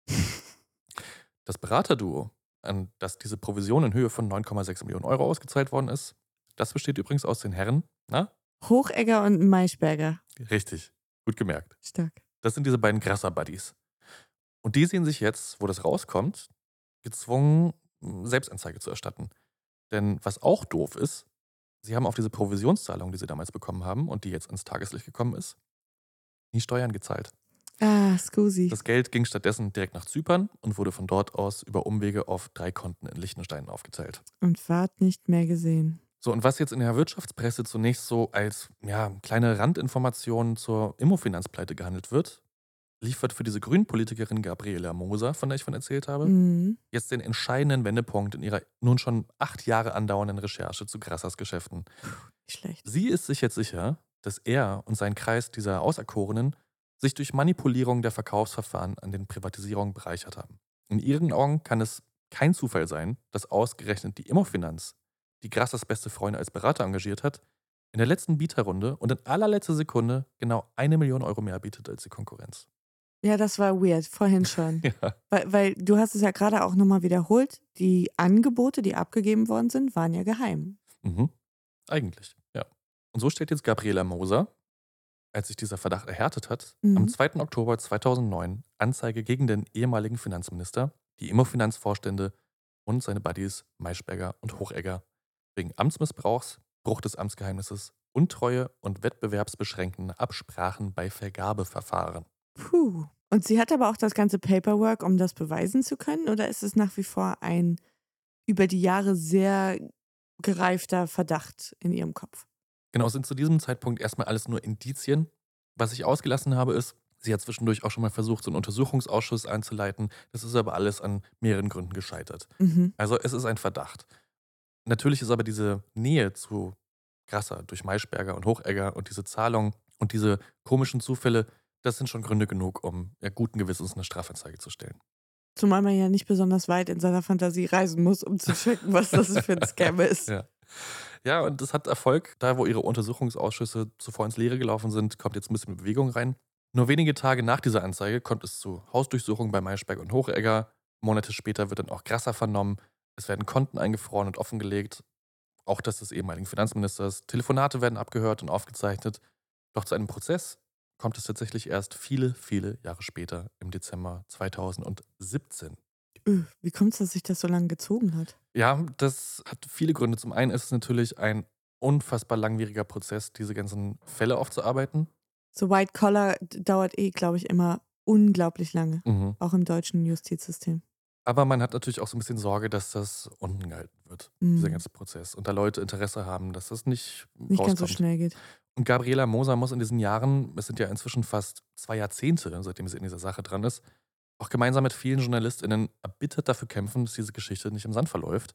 Das Beraterduo, an das diese Provision in Höhe von neun Komma sechs Millionen Euro ausgezahlt worden ist, das besteht übrigens aus den Herren, na? Hochegger und Maischberger. Richtig, gut gemerkt. Stark. Das sind diese beiden Grasser-Buddies. Und die sehen sich jetzt, wo das rauskommt, gezwungen, Selbstanzeige zu erstatten. Denn was auch doof ist, sie haben auf diese Provisionszahlung, die sie damals bekommen haben und die jetzt ans Tageslicht gekommen ist, nie Steuern gezahlt. Ah, scusi. Das Geld ging stattdessen direkt nach Zypern und wurde von dort aus über Umwege auf drei Konten in Liechtenstein aufgeteilt. Und ward nicht mehr gesehen. So, und was jetzt in der Wirtschaftspresse zunächst so als ja, kleine Randinformation zur Immofinanzpleite gehandelt wird, liefert für diese Grünen-Politikerin Gabriela Moser, von der ich von erzählt habe, Mhm. jetzt den entscheidenden Wendepunkt in ihrer nun schon acht Jahre andauernden Recherche zu Grassers Geschäften. Schlecht. Sie ist sich jetzt sicher, dass er und sein Kreis dieser Auserkorenen sich durch Manipulierung der Verkaufsverfahren an den Privatisierungen bereichert haben. In ihren Augen kann es kein Zufall sein, dass ausgerechnet die Immofinanz, die Grassers beste Freunde als Berater engagiert hat, in der letzten Bieterrunde und in allerletzter Sekunde genau eine Million Euro mehr bietet als die Konkurrenz. Ja, das war weird, vorhin schon. Ja. Weil, weil du hast es ja gerade auch nochmal wiederholt, die Angebote, die abgegeben worden sind, waren ja geheim. Mhm. Eigentlich, ja. Und so stellt jetzt Gabriela Moser, als sich dieser Verdacht erhärtet hat, Mhm. am zweiten Oktober zweitausendneun Anzeige gegen den ehemaligen Finanzminister, die Immofinanzvorstände und seine Buddies Maischberger und Hochegger wegen Amtsmissbrauchs, Bruch des Amtsgeheimnisses, Untreue und wettbewerbsbeschränkende Absprachen bei Vergabeverfahren. Puh. Und sie hat aber auch das ganze Paperwork, um das beweisen zu können? Oder ist es nach wie vor ein über die Jahre sehr gereifter Verdacht in ihrem Kopf? Genau, es sind zu diesem Zeitpunkt erstmal alles nur Indizien. Was ich ausgelassen habe, ist, sie hat zwischendurch auch schon mal versucht, so einen Untersuchungsausschuss einzuleiten. Das ist aber alles an mehreren Gründen gescheitert. Mhm. Also es ist ein Verdacht. Natürlich ist aber diese Nähe zu Grasser durch Maischberger und Hochegger und diese Zahlung und diese komischen Zufälle, das sind schon Gründe genug, um ja, guten Gewissens eine Strafanzeige zu stellen. Zumal man ja nicht besonders weit in seiner Fantasie reisen muss, um zu checken, was das für ein Scam ist. Ja. Ja, und das hat Erfolg. Da, wo ihre Untersuchungsausschüsse zuvor ins Leere gelaufen sind, kommt jetzt ein bisschen Bewegung rein. Nur wenige Tage nach dieser Anzeige kommt es zu Hausdurchsuchungen bei Maischberger und Hochegger. Monate später wird dann auch Grasser vernommen. Es werden Konten eingefroren und offengelegt. Auch das des ehemaligen Finanzministers. Telefonate werden abgehört und aufgezeichnet. Doch zu einem Prozess kommt es tatsächlich erst viele, viele Jahre später, im Dezember zweitausendsiebzehn. Öh, Wie kommt es, dass sich das so lange gezogen hat? Ja, das hat viele Gründe. Zum einen ist es natürlich ein unfassbar langwieriger Prozess, diese ganzen Fälle aufzuarbeiten. So White Collar d- dauert eh, glaube ich, immer unglaublich lange. Mhm. Auch im deutschen Justizsystem. Aber man hat natürlich auch so ein bisschen Sorge, dass das unten gehalten wird, Mhm. dieser ganze Prozess. Und da Leute Interesse haben, dass das nicht, Nicht rauskommt. ganz so schnell geht. Und Gabriela Moser muss in diesen Jahren, es sind ja inzwischen fast zwei Jahrzehnte, seitdem sie in dieser Sache dran ist, auch gemeinsam mit vielen JournalistInnen erbittert dafür kämpfen, dass diese Geschichte nicht im Sand verläuft.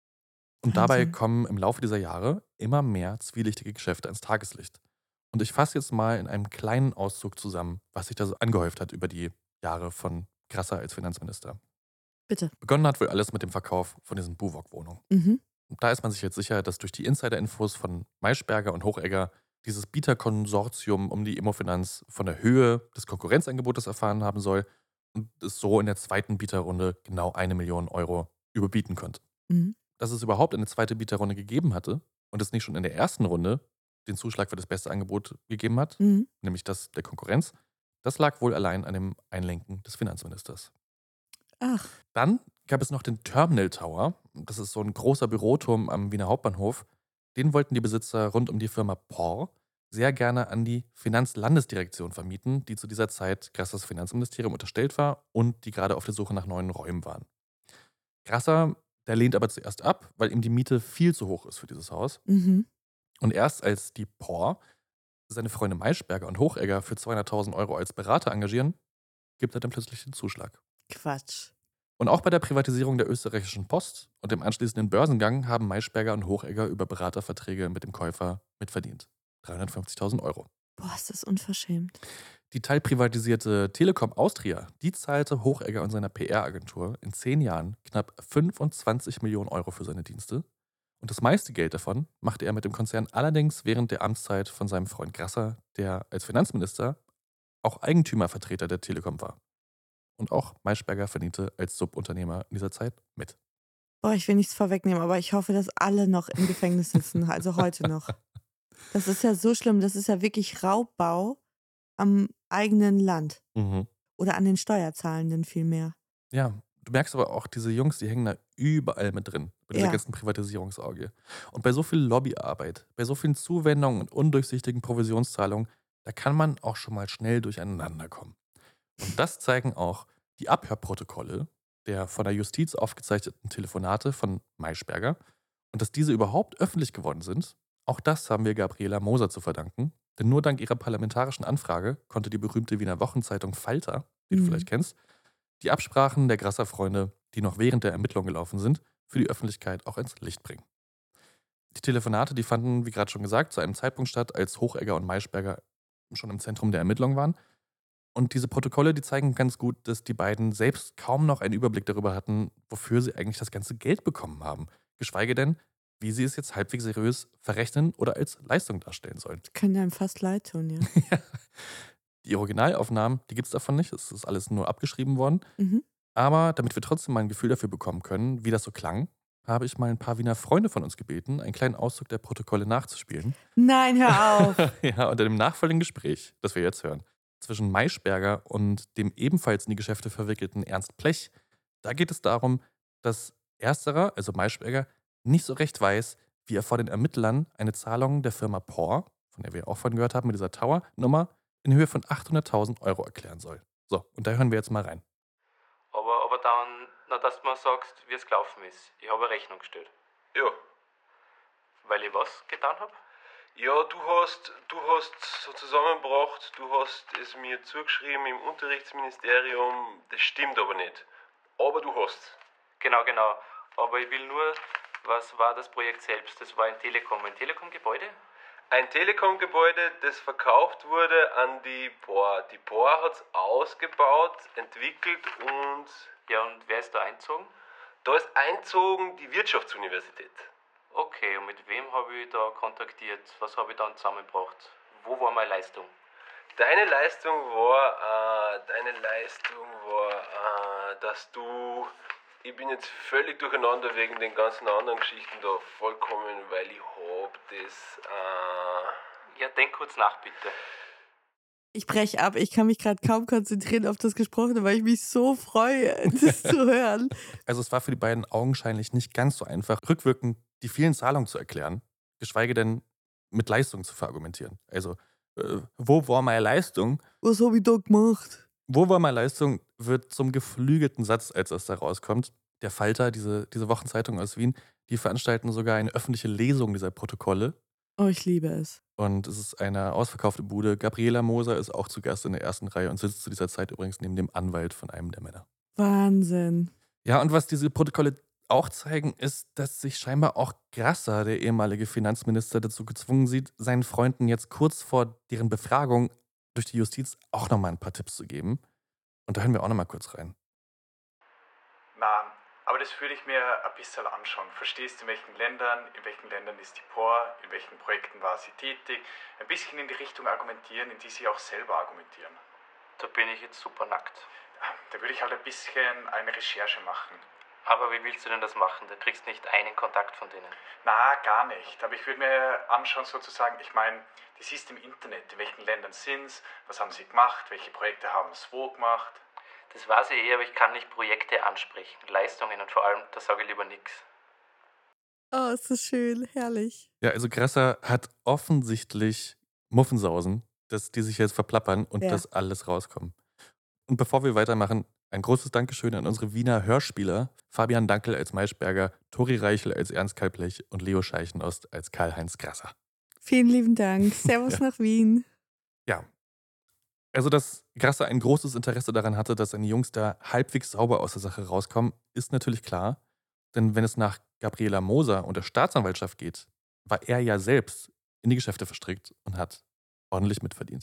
Und dabei Wahnsinn. kommen im Laufe dieser Jahre immer mehr zwielichtige Geschäfte ans Tageslicht. Und ich fasse jetzt mal in einem kleinen Auszug zusammen, was sich da so angehäuft hat über die Jahre von Grasser als Finanzminister. Bitte. Begonnen hat wohl alles mit dem Verkauf von diesen Buwok-Wohnungen. Mhm. Und da ist man sich jetzt sicher, dass durch die Insider-Infos von Maischberger und Hochegger dieses Bieterkonsortium um die Immofinanz von der Höhe des Konkurrenzangebotes erfahren haben soll und es so in der zweiten Bieterrunde genau eine Million Euro überbieten konnte. Mhm. Dass es überhaupt eine zweite Bieterrunde gegeben hatte und es nicht schon in der ersten Runde den Zuschlag für das beste Angebot gegeben hat, Mhm. nämlich das der Konkurrenz, das lag wohl allein an dem Einlenken des Finanzministers. Ach, Dann gab es noch den Terminal Tower. Das ist so ein großer Büroturm am Wiener Hauptbahnhof. Den wollten die Besitzer rund um die Firma P O R sehr gerne an die Finanzlandesdirektion vermieten, die zu dieser Zeit Grassers Finanzministerium unterstellt war und die gerade auf der Suche nach neuen Räumen waren. Grasser Der lehnt aber zuerst ab, weil ihm die Miete viel zu hoch ist für dieses Haus. Mhm. Und erst als die P O R seine Freunde Maischberger und Hochegger für zweihunderttausend Euro als Berater engagieren, gibt er dann plötzlich den Zuschlag. Quatsch. Und auch bei der Privatisierung der österreichischen Post und dem anschließenden Börsengang haben Maischberger und Hochegger über Beraterverträge mit dem Käufer mitverdient. dreihundertfünfzigtausend Euro. Boah, ist das unverschämt. Die teilprivatisierte Telekom Austria, die zahlte Hochegger und seiner P R-Agentur in zehn Jahren knapp fünfundzwanzig Millionen Euro für seine Dienste. Und das meiste Geld davon machte er mit dem Konzern allerdings während der Amtszeit von seinem Freund Grasser, der als Finanzminister auch Eigentümervertreter der Telekom war. Und auch Maischberger verdiente als Subunternehmer in dieser Zeit mit. Boah, ich will nichts vorwegnehmen, aber ich hoffe, dass alle noch im Gefängnis sitzen, also heute noch. Das ist ja so schlimm, das ist ja wirklich Raubbau am eigenen Land. Mhm. Oder an den Steuerzahlenden vielmehr. Ja, du merkst aber auch, diese Jungs, die hängen da überall mit drin, bei dieser Ja. ganzen Privatisierungsorgie. Und bei so viel Lobbyarbeit, bei so vielen Zuwendungen und undurchsichtigen Provisionszahlungen, da kann man auch schon mal schnell durcheinander kommen. Und das zeigen auch die Abhörprotokolle der von der Justiz aufgezeichneten Telefonate von Maischberger. Und dass diese überhaupt öffentlich geworden sind, auch das haben wir Gabriela Moser zu verdanken. Denn nur dank ihrer parlamentarischen Anfrage konnte die berühmte Wiener Wochenzeitung Falter, die du Mhm. vielleicht kennst, die Absprachen der Grasser-Freunde, die noch während der Ermittlungen gelaufen sind, für die Öffentlichkeit auch ins Licht bringen. Die Telefonate, die fanden, wie gerade schon gesagt, zu einem Zeitpunkt statt, als Hochegger und Maischberger schon im Zentrum der Ermittlungen waren. Und diese Protokolle, die zeigen ganz gut, dass die beiden selbst kaum noch einen Überblick darüber hatten, wofür sie eigentlich das ganze Geld bekommen haben. Geschweige denn, wie sie es jetzt halbwegs seriös verrechnen oder als Leistung darstellen sollen. Können einem fast leid tun, ja. Die Originalaufnahmen, die gibt es davon nicht. Es ist alles nur abgeschrieben worden. Mhm. Aber damit wir trotzdem mal ein Gefühl dafür bekommen können, wie das so klang, habe ich mal ein paar Wiener Freunde von uns gebeten, einen kleinen Auszug der Protokolle nachzuspielen. Nein, hör auf. Ja, und in dem nachfolgenden Gespräch, das wir jetzt hören, zwischen Maischberger und dem ebenfalls in die Geschäfte verwickelten Ernst Plech, da geht es darum, dass ersterer, also Maischberger, nicht so recht weiß, wie er vor den Ermittlern eine Zahlung der Firma P O R, von der wir auch vorhin gehört haben, mit dieser Tower-Nummer, in Höhe von achthunderttausend Euro erklären soll. So, und da hören wir jetzt mal rein. Aber, aber dann, na, dass du mir sagst, wie es gelaufen ist. Ich habe eine Rechnung gestellt. Ja. Weil ich was getan habe? Ja, du hast, du hast so zusammengebracht, du hast es mir zugeschrieben im Unterrichtsministerium, das stimmt aber nicht. Aber du hast. Genau, genau. Aber ich will nur, was war das Projekt selbst? Das war ein Telekom, ein Telekom-Gebäude? Ein Telekom-Gebäude, das verkauft wurde an die P O R. Die P O R hat es ausgebaut, entwickelt und... Ja, und wer ist da einzogen? Da ist einzogen die Wirtschaftsuniversität. Okay, und mit wem habe ich da kontaktiert? Was habe ich dann zusammengebracht? Wo war meine Leistung? Deine Leistung war, äh, deine Leistung war, äh, dass du... Ich bin jetzt völlig durcheinander wegen den ganzen anderen Geschichten da vollkommen, weil ich hab das... Äh ja, denk kurz nach, bitte. Ich breche ab. Ich kann mich gerade kaum konzentrieren auf das Gesprochene, weil ich mich so freue, das zu hören. Also es war für die beiden augenscheinlich nicht ganz so einfach, rückwirkend die vielen Zahlungen zu erklären, geschweige denn mit Leistung zu verargumentieren. Also, äh, wo war meine Leistung? Was habe ich da gemacht? Wo war meine Leistung wird zum geflügelten Satz, als das da rauskommt. Der Falter, diese, diese Wochenzeitung aus Wien, die veranstalten sogar eine öffentliche Lesung dieser Protokolle. Oh, ich liebe es. Und es ist eine ausverkaufte Bude. Gabriela Moser ist auch zu Gast in der ersten Reihe und sitzt zu dieser Zeit übrigens neben dem Anwalt von einem der Männer. Wahnsinn. Ja, und was diese Protokolle auch zeigen, ist, dass sich scheinbar auch Grasser, der ehemalige Finanzminister, dazu gezwungen sieht, seinen Freunden jetzt kurz vor deren Befragung durch die Justiz auch nochmal ein paar Tipps zu geben. Und da hören wir auch nochmal kurz rein. Na, aber das würde ich mir ein bisschen anschauen. Verstehst du, in welchen Ländern, in welchen Ländern ist die P O R, in welchen Projekten war sie tätig? Ein bisschen in die Richtung argumentieren, in die sie auch selber argumentieren. Da bin ich jetzt super nackt. Da würde ich halt ein bisschen eine Recherche machen. Aber wie willst du denn das machen? Du kriegst nicht einen Kontakt von denen. Na, gar nicht. Aber ich würde mir anschauen sozusagen, ich meine, die siehst im Internet, in welchen Ländern sind es, was haben sie gemacht, welche Projekte haben es wo gemacht. Das weiß ich eh, aber ich kann nicht Projekte ansprechen, Leistungen und vor allem, da sage ich lieber nichts. Oh, ist das schön, herrlich. Ja, also Grasser hat offensichtlich Muffensausen, dass die sich jetzt verplappern und Ja. das alles rauskommen. Und bevor wir weitermachen, Ein großes Dankeschön an unsere Wiener Hörspieler, Fabian Dankel als Maischberger, Tori Reichel als Ernst Kalblech und Leo Scheichenost als Karl-Heinz Grasser. Vielen lieben Dank. Servus Ja. nach Wien. Ja. Also, dass Grasser ein großes Interesse daran hatte, dass seine Jungs da halbwegs sauber aus der Sache rauskommen, ist natürlich klar. Denn wenn es nach Gabriela Moser und der Staatsanwaltschaft geht, war er ja selbst in die Geschäfte verstrickt und hat ordentlich mitverdient.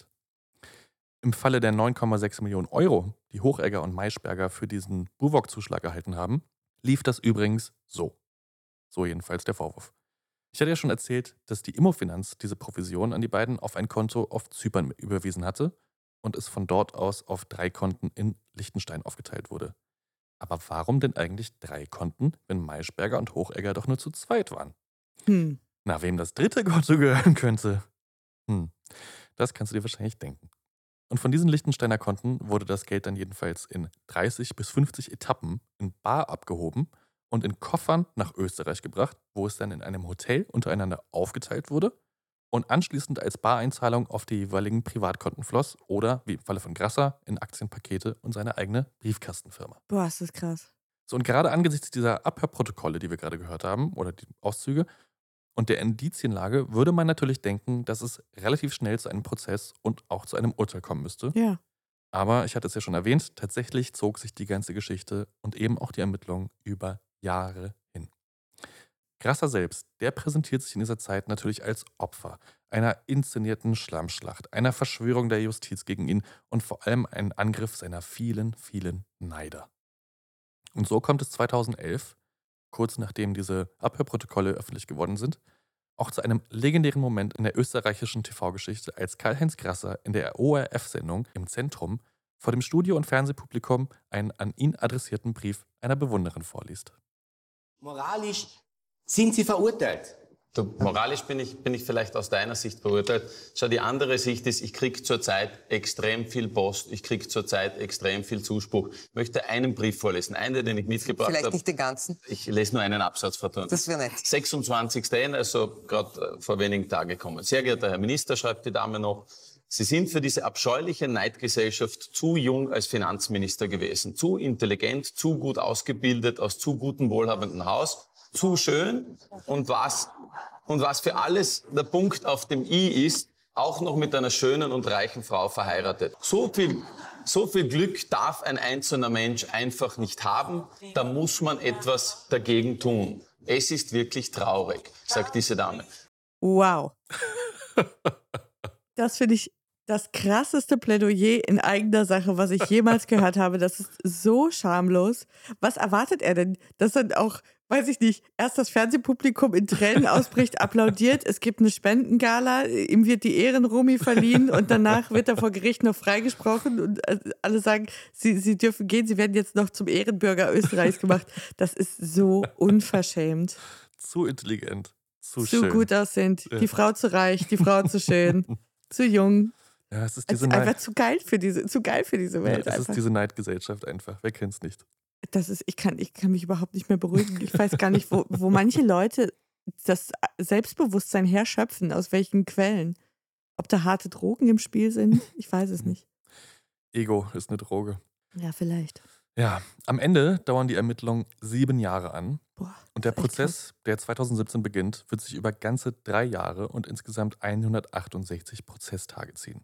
Im Falle der neun Komma sechs Millionen Euro, die Hochegger und Maischberger für diesen Buwok-Zuschlag erhalten haben, lief das übrigens so. So jedenfalls der Vorwurf. Ich hatte ja schon erzählt, dass die Immofinanz diese Provision an die beiden auf ein Konto auf Zypern überwiesen hatte und es von dort aus auf drei Konten in Liechtenstein aufgeteilt wurde. Aber warum denn eigentlich drei Konten, wenn Maischberger und Hochegger doch nur zu zweit waren? Hm. Na, wem das dritte Konto gehören könnte? Hm, das kannst du dir wahrscheinlich denken. Und von diesen Liechtensteiner Konten wurde das Geld dann jedenfalls in dreißig bis fünfzig Etappen in bar abgehoben und in Koffern nach Österreich gebracht, wo es dann in einem Hotel untereinander aufgeteilt wurde und anschließend als Bareinzahlung auf die jeweiligen Privatkonten floss oder, wie im Falle von Grasser, in Aktienpakete und seine eigene Briefkastenfirma. Boah, ist das krass. So, und gerade angesichts dieser Abhörprotokolle, die wir gerade gehört haben, oder die Auszüge, und der Indizienlage würde man natürlich denken, dass es relativ schnell zu einem Prozess und auch zu einem Urteil kommen müsste. Ja. Aber ich hatte es ja schon erwähnt, tatsächlich zog sich die ganze Geschichte und eben auch die Ermittlungen über Jahre hin. Grasser selbst, der präsentiert sich in dieser Zeit natürlich als Opfer einer inszenierten Schlammschlacht, einer Verschwörung der Justiz gegen ihn und vor allem ein Angriff seiner vielen, vielen Neider. Und so kommt es zweitausendelf, kurz nachdem diese Abhörprotokolle öffentlich geworden sind, auch zu einem legendären Moment in der österreichischen T V-Geschichte, als Karl-Heinz Grasser in der O R F-Sendung im Zentrum vor dem Studio- und Fernsehpublikum einen an ihn adressierten Brief einer Bewunderin vorliest. Moralisch sind Sie verurteilt. Du, moralisch bin ich, bin ich vielleicht aus deiner Sicht verurteilt. Schau, die andere Sicht ist, ich kriege zurzeit extrem viel Post, ich kriege zurzeit extrem viel Zuspruch. Ich möchte einen Brief vorlesen, einen, den ich mitgebracht habe. Vielleicht nicht den ganzen? Ich lese nur einen Absatz, Frau Thurn. Das wäre nett. sechsundzwanzigsten also gerade vor wenigen Tagen gekommen. Sehr geehrter Herr Minister, schreibt die Dame noch, Sie sind für diese abscheuliche Neidgesellschaft zu jung als Finanzminister gewesen, zu intelligent, zu gut ausgebildet, aus zu gutem, wohlhabenden Haus, zu schön und was, und was für alles der Punkt auf dem I ist, auch noch mit einer schönen und reichen Frau verheiratet. So viel, so viel Glück darf ein einzelner Mensch einfach nicht haben, da muss man etwas dagegen tun. Es ist wirklich traurig, sagt diese Dame. Wow. Das finde ich das krasseste Plädoyer in eigener Sache, was ich jemals gehört habe. Das ist so schamlos. Was erwartet er denn? Dass dann auch, weiß ich nicht, erst das Fernsehpublikum in Tränen ausbricht, applaudiert, es gibt eine Spendengala, ihm wird die Ehrenrumi verliehen und danach wird er vor Gericht noch freigesprochen und alle sagen, sie, sie dürfen gehen, sie werden jetzt noch zum Ehrenbürger Österreichs gemacht. Das ist so unverschämt. Zu intelligent, zu, zu schön. gut aussehend, Ja. die Frau zu reich, die Frau zu schön, zu jung. Ja, es ist Es diese ist einfach Neid- zu geil für diese, zu geil für diese ja, Welt. es einfach. ist diese Neidgesellschaft einfach. Wer kennt's nicht? Das ist, ich kann, ich kann mich überhaupt nicht mehr beruhigen. Ich weiß gar nicht, wo, wo manche Leute das Selbstbewusstsein herschöpfen, aus welchen Quellen. Ob da harte Drogen im Spiel sind, ich weiß es nicht. Ego ist eine Droge. Ja, vielleicht. Ja, am Ende dauern die Ermittlungen sieben Jahre an. Boah, und der Prozess, der zweitausendsiebzehn beginnt, wird sich über ganze drei Jahre und insgesamt hundertachtundsechzig Prozesstage ziehen.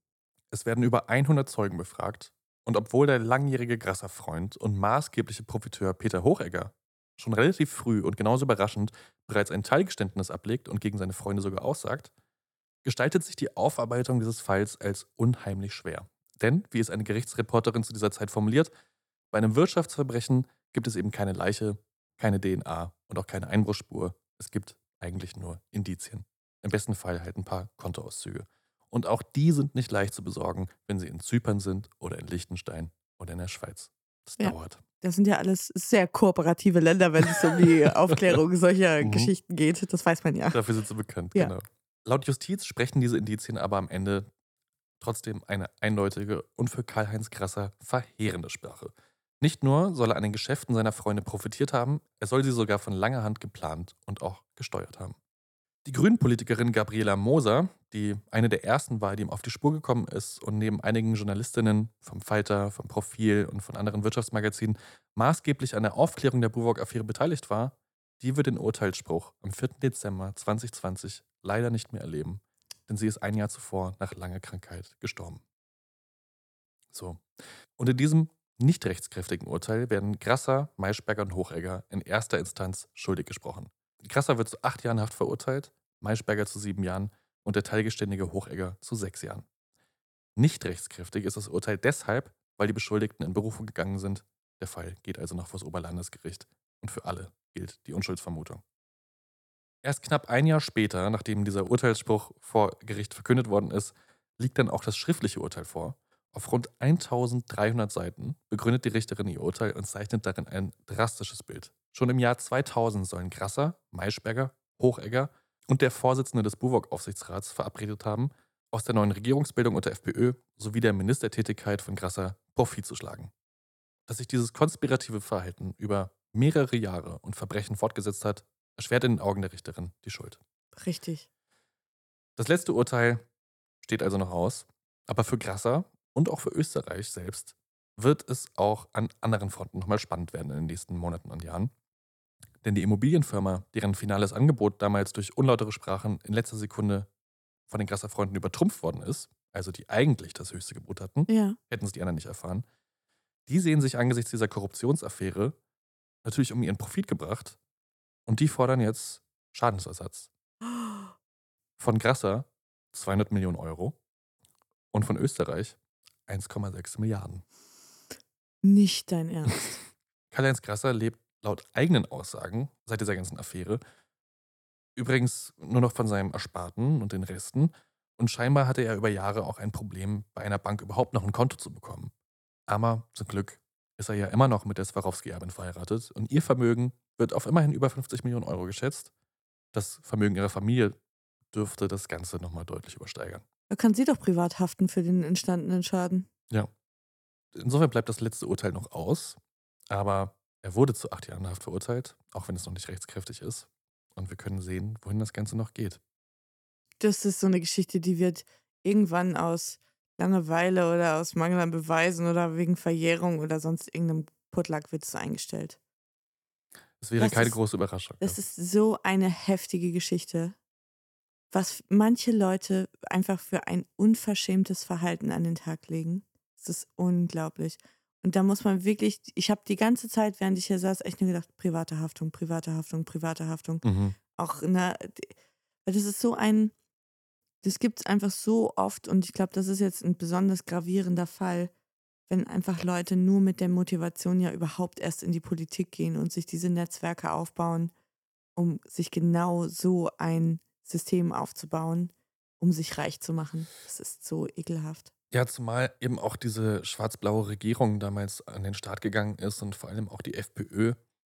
Es werden über hundert Zeugen befragt. Und obwohl der langjährige Grasser-Freund und maßgebliche Profiteur Peter Hochegger schon relativ früh und genauso überraschend bereits ein Teilgeständnis ablegt und gegen seine Freunde sogar aussagt, gestaltet sich die Aufarbeitung dieses Falls als unheimlich schwer. Denn, wie es eine Gerichtsreporterin zu dieser Zeit formuliert, bei einem Wirtschaftsverbrechen gibt es eben keine Leiche, keine D N A und auch keine Einbruchsspur. Es gibt eigentlich nur Indizien. Im besten Fall halt ein paar Kontoauszüge. Und auch die sind nicht leicht zu besorgen, wenn sie in Zypern sind oder in Liechtenstein oder in der Schweiz. Das Ja. dauert. Das sind ja alles sehr kooperative Länder, wenn es um die Aufklärung solcher Mhm. Geschichten geht. Das weiß man ja. Dafür sind sie bekannt, Ja. genau. Laut Justiz sprechen diese Indizien aber am Ende trotzdem eine eindeutige und für Karl-Heinz Grasser verheerende Sprache. Nicht nur soll er an den Geschäften seiner Freunde profitiert haben, er soll sie sogar von langer Hand geplant und auch gesteuert haben. Die Grünen-Politikerin Gabriela Moser, die eine der ersten war, die ihm auf die Spur gekommen ist und neben einigen Journalistinnen vom Falter, vom Profil und von anderen Wirtschaftsmagazinen maßgeblich an der Aufklärung der Buwog-Affäre beteiligt war, die wird den Urteilsspruch am vierten Dezember zweitausendzwanzig leider nicht mehr erleben, denn sie ist ein Jahr zuvor nach langer Krankheit gestorben. So. Und in diesem nicht rechtskräftigen Urteil werden Grasser, Maischberger und Hochegger in erster Instanz schuldig gesprochen. Grasser wird zu acht Jahren Haft verurteilt, Maischberger zu sieben Jahren und der teilgeständige Hochegger zu sechs Jahren. Nicht rechtskräftig ist das Urteil deshalb, weil die Beschuldigten in Berufung gegangen sind. Der Fall geht also noch vor das Oberlandesgericht und für alle gilt die Unschuldsvermutung. Erst knapp ein Jahr später, nachdem dieser Urteilsspruch vor Gericht verkündet worden ist, liegt dann auch das schriftliche Urteil vor. Auf rund eintausenddreihundert Seiten begründet die Richterin ihr Urteil und zeichnet darin ein drastisches Bild. Schon im Jahr zweitausend sollen Grasser, Maischberger, Hochegger und der Vorsitzende des Buwog-Aufsichtsrats verabredet haben, aus der neuen Regierungsbildung unter FPÖ sowie der Ministertätigkeit von Grasser Profit zu schlagen. Dass sich dieses konspirative Verhalten über mehrere Jahre und Verbrechen fortgesetzt hat, erschwert in den Augen der Richterin die Schuld. Richtig. Das letzte Urteil steht also noch aus, aber für Grasser und auch für Österreich selbst wird es auch an anderen Fronten nochmal spannend werden in den nächsten Monaten und Jahren. Denn die Immobilienfirma, deren finales Angebot damals durch unlautere Sprachen in letzter Sekunde von den Grasser Freunden übertrumpft worden ist, also die eigentlich das höchste Gebot hatten, ja. hätten es die anderen nicht erfahren, die sehen sich angesichts dieser Korruptionsaffäre natürlich um ihren Profit gebracht und die fordern jetzt Schadensersatz. Von Grasser zweihundert Millionen Euro und von Österreich eins Komma sechs Milliarden. Nicht dein Ernst. Karl-Heinz Grasser lebt laut eigenen Aussagen seit dieser ganzen Affäre übrigens nur noch von seinem Ersparten und den Resten und scheinbar hatte er über Jahre auch ein Problem, bei einer Bank überhaupt noch ein Konto zu bekommen. Aber zum Glück ist er ja immer noch mit der Swarovski-Erbin verheiratet und ihr Vermögen wird auf immerhin über fünfzig Millionen Euro geschätzt. Das Vermögen ihrer Familie dürfte das Ganze nochmal deutlich übersteigern. Da kann sie doch privat haften für den entstandenen Schaden. Ja. Insofern bleibt das letzte Urteil noch aus, aber er wurde zu acht Jahren Haft verurteilt, auch wenn es noch nicht rechtskräftig ist. Und wir können sehen, wohin das Ganze noch geht. Das ist so eine Geschichte, die wird irgendwann aus Langeweile oder aus Mangel an Beweisen oder wegen Verjährung oder sonst irgendeinem Putlack wird es eingestellt. Das wäre das keine ist, große Überraschung. Das ja. ist so eine heftige Geschichte, was manche Leute einfach für ein unverschämtes Verhalten an den Tag legen. Das ist unglaublich. Und da muss man wirklich, ich habe die ganze Zeit, während ich hier saß, echt nur gedacht, private Haftung, private Haftung, private Haftung. Mhm. Auch, na, weil das ist so ein, das gibt es einfach so oft und ich glaube, das ist jetzt ein besonders gravierender Fall, wenn einfach Leute nur mit der Motivation ja überhaupt erst in die Politik gehen und sich diese Netzwerke aufbauen, um sich genau so ein System aufzubauen, um sich reich zu machen. Das ist so ekelhaft. Ja, zumal eben auch diese schwarz-blaue Regierung damals an den Start gegangen ist und vor allem auch die FPÖ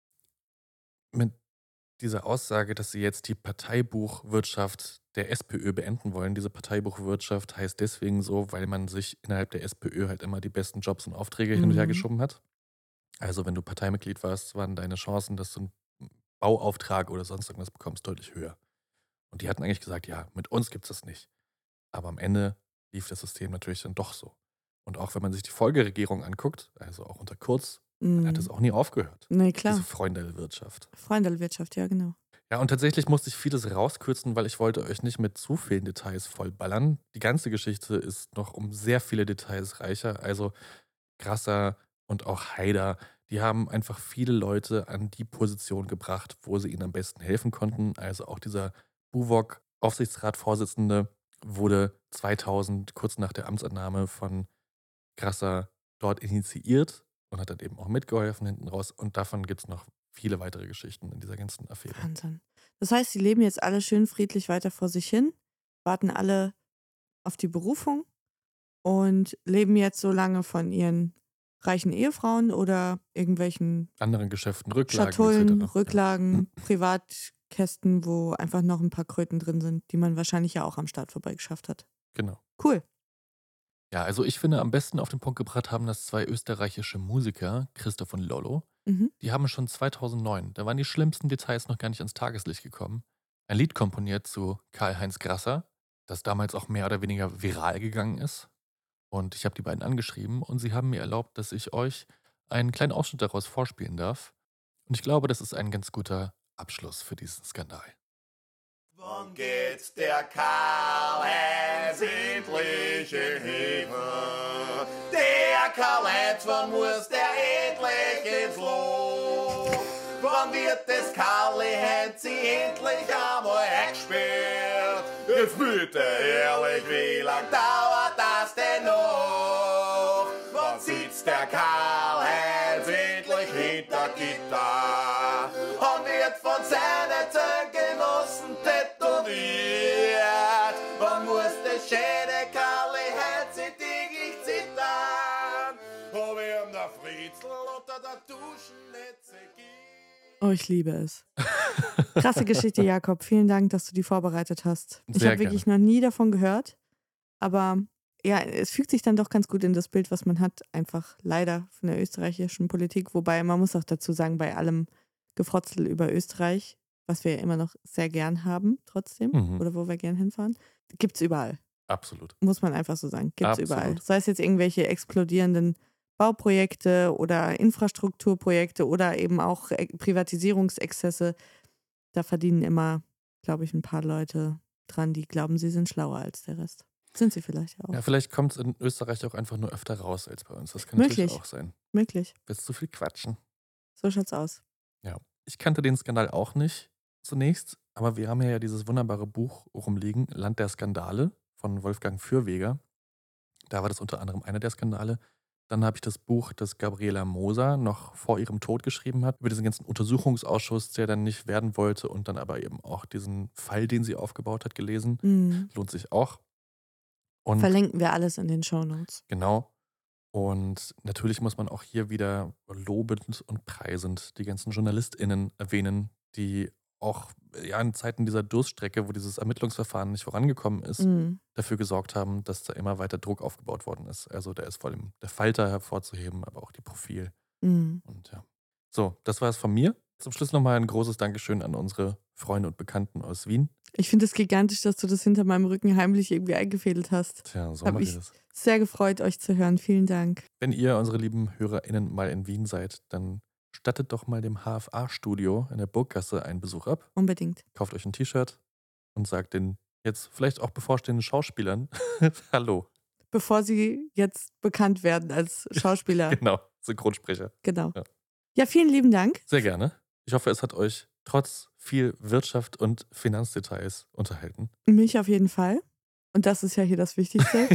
mit dieser Aussage, dass sie jetzt die Parteibuchwirtschaft der SPÖ beenden wollen. Diese Parteibuchwirtschaft heißt deswegen so, weil man sich innerhalb der SPÖ halt immer die besten Jobs und Aufträge hin und her Mhm. geschoben hat. Also wenn du Parteimitglied warst, waren deine Chancen, dass du einen Bauauftrag oder sonst irgendwas bekommst, deutlich höher. Und die hatten eigentlich gesagt, ja, mit uns gibt es das nicht. Aber am Ende lief das System natürlich dann doch so. Und auch wenn man sich die Folgeregierung anguckt, also auch unter Kurz, dann hat es Mhm. auch nie aufgehört. Nee, klar. Diese Freundelwirtschaft. Freundelwirtschaft, ja, genau. Ja, und tatsächlich musste ich vieles rauskürzen, weil ich wollte euch nicht mit zu vielen Details vollballern. Die ganze Geschichte ist noch um sehr viele Details reicher. Also Grasser und auch Haider, die haben einfach viele Leute an die Position gebracht, wo sie ihnen am besten helfen konnten. Also auch dieser Buwog-Aufsichtsratsvorsitzende wurde zweitausend, kurz nach der Amtsannahme von Grasser, dort initiiert und hat dann eben auch mitgeholfen hinten raus. Und davon gibt es noch viele weitere Geschichten in dieser ganzen Affäre. Wahnsinn. Das heißt, sie leben jetzt alle schön friedlich weiter vor sich hin, warten alle auf die Berufung und leben jetzt so lange von ihren reichen Ehefrauen oder irgendwelchen Anderen Geschäften, Rücklagen Schatullen, et cetera. Rücklagen, Privatkästen, wo einfach noch ein paar Kröten drin sind, die man wahrscheinlich ja auch am Start vorbeigeschafft hat. Genau. Cool. Ja, also ich finde, am besten auf den Punkt gebracht haben das zwei österreichische Musiker, Christoph und Lollo. Mhm. Die haben schon zweitausendneun, da waren die schlimmsten Details noch gar nicht ans Tageslicht gekommen, ein Lied komponiert zu Karl-Heinz Grasser, das damals auch mehr oder weniger viral gegangen ist. Und ich habe die beiden angeschrieben und sie haben mir erlaubt, dass ich euch einen kleinen Ausschnitt daraus vorspielen darf. Und ich glaube, das ist ein ganz guter Abschluss für diesen Skandal. Wann geht's der Karl-Heinz endlich in Hilfe? Der Karl-Heinz, wann muss der endlich ins Loch? Wann wird das Karl-Heinz endlich einmal eingesperrt? Jetzt bitte ehrlich, wie lang dauert das denn noch? Wann sitzt der Karl-Heinz endlich hinter Gitter und wird von seinen Zeitgenossen tätowiert? Wann muss der schöne Karl-Heinz täglich zittern? Ob ihm der Fritzl unter der Duschennetze gibt? Oh, ich liebe es. Krasse Geschichte, Jakob. Vielen Dank, dass du die vorbereitet hast. Ich Sehr habe wirklich gerne. noch nie davon gehört, aber ja, es fügt sich dann doch ganz gut in das Bild, was man hat, einfach leider von der österreichischen Politik. Wobei, man muss auch dazu sagen, bei allem Gefrotzel über Österreich, was wir ja immer noch sehr gern haben, trotzdem, Mhm. oder wo wir gern hinfahren, gibt es überall. Absolut. Muss man einfach so sagen. Gibt es Absolut. überall. Sei es jetzt irgendwelche explodierenden Bauprojekte oder Infrastrukturprojekte oder eben auch äh, Privatisierungsexzesse. Da verdienen immer, glaube ich, ein paar Leute dran, die glauben, sie sind schlauer als der Rest. Sind sie vielleicht auch. Ja, vielleicht kommt es in Österreich auch einfach nur öfter raus als bei uns. Das kann Möglich. natürlich auch sein. Möglich. Willst zu viel quatschen? So schaut's aus. Ja. Ich kannte den Skandal auch nicht zunächst, aber wir haben ja dieses wunderbare Buch rumliegen, Land der Skandale von Wolfgang Fürweger. Da war das unter anderem einer der Skandale. Dann habe ich das Buch, das Gabriela Moser noch vor ihrem Tod geschrieben hat, über diesen ganzen Untersuchungsausschuss, der dann nicht werden wollte und dann aber eben auch diesen Fall, den sie aufgebaut hat, gelesen. Mhm. Lohnt sich auch. Und Verlinken wir alles in den Shownotes. genau. Und natürlich muss man auch hier wieder lobend und preisend die ganzen JournalistInnen erwähnen, die auch ja, in Zeiten dieser Durststrecke, wo dieses Ermittlungsverfahren nicht vorangekommen ist, Mhm. dafür gesorgt haben, dass da immer weiter Druck aufgebaut worden ist. Also da ist vor allem der Falter hervorzuheben, aber auch die Profil. Mhm. Und ja. So, das war es von mir. Zum Schluss nochmal ein großes Dankeschön an unsere Freunde und Bekannten aus Wien. Ich finde es gigantisch, dass du das hinter meinem Rücken heimlich irgendwie eingefädelt hast. Tja, so Hab machen wir mich das. sehr gefreut, euch zu hören. Vielen Dank. Wenn ihr, unsere lieben HörerInnen, mal in Wien seid, dann stattet doch mal dem H F A-Studio in der Burggasse einen Besuch ab. Unbedingt. Kauft euch ein T-Shirt und sagt den jetzt vielleicht auch bevorstehenden Schauspielern Hallo. Bevor sie jetzt bekannt werden als Schauspieler. Genau, Synchronsprecher. Genau. Ja. Ja, vielen lieben Dank. Sehr gerne. Ich hoffe, es hat euch trotz viel Wirtschaft und Finanzdetails unterhalten. Mich auf jeden Fall. Und das ist ja hier das Wichtigste.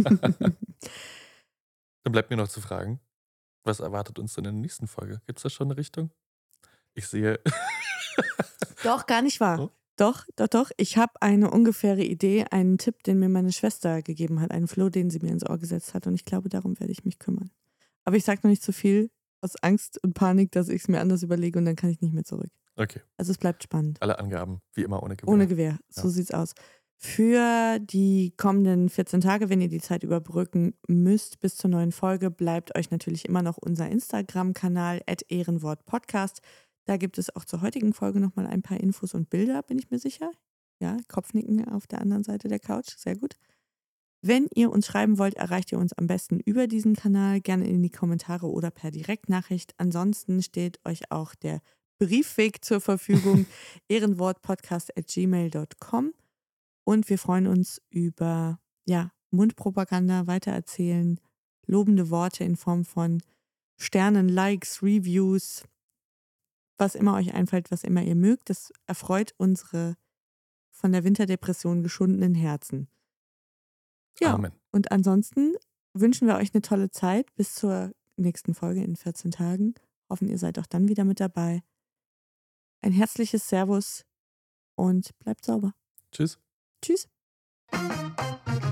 Dann bleibt mir noch zu fragen, was erwartet uns denn in der nächsten Folge? Gibt es da schon eine Richtung? Ich sehe. Doch, gar nicht wahr. Oh. Doch, doch, doch. Ich habe eine ungefähre Idee, einen Tipp, den mir meine Schwester gegeben hat, einen Floh, den sie mir ins Ohr gesetzt hat. Und ich glaube, darum werde ich mich kümmern. Aber ich sage noch nicht zu viel, aus Angst und Panik, dass ich es mir anders überlege und dann kann ich nicht mehr zurück. Okay. Also es bleibt spannend. Alle Angaben, wie immer, ohne Gewehr. Ohne Gewehr, so Ja. sieht's aus. Für die kommenden vierzehn Tage, wenn ihr die Zeit überbrücken müsst bis zur neuen Folge, bleibt euch natürlich immer noch unser Instagram-Kanal at ehrenwortpodcast. Da gibt es auch zur heutigen Folge nochmal ein paar Infos und Bilder, bin ich mir sicher. Ja, Kopfnicken auf der anderen Seite der Couch, sehr gut. Wenn ihr uns schreiben wollt, erreicht ihr uns am besten über diesen Kanal, gerne in die Kommentare oder per Direktnachricht. Ansonsten steht euch auch der Briefweg zur Verfügung, ehrenwortpodcast at gmail dot com. Und wir freuen uns über ja, Mundpropaganda, weitererzählen, lobende Worte in Form von Sternen, Likes, Reviews, was immer euch einfällt, was immer ihr mögt. Das erfreut unsere von der Winterdepression geschundenen Herzen. Ja, Amen. und ansonsten wünschen wir euch eine tolle Zeit bis zur nächsten Folge in vierzehn Tagen. Hoffen, ihr seid auch dann wieder mit dabei. Ein herzliches Servus und bleibt sauber. Tschüss. Tschüss.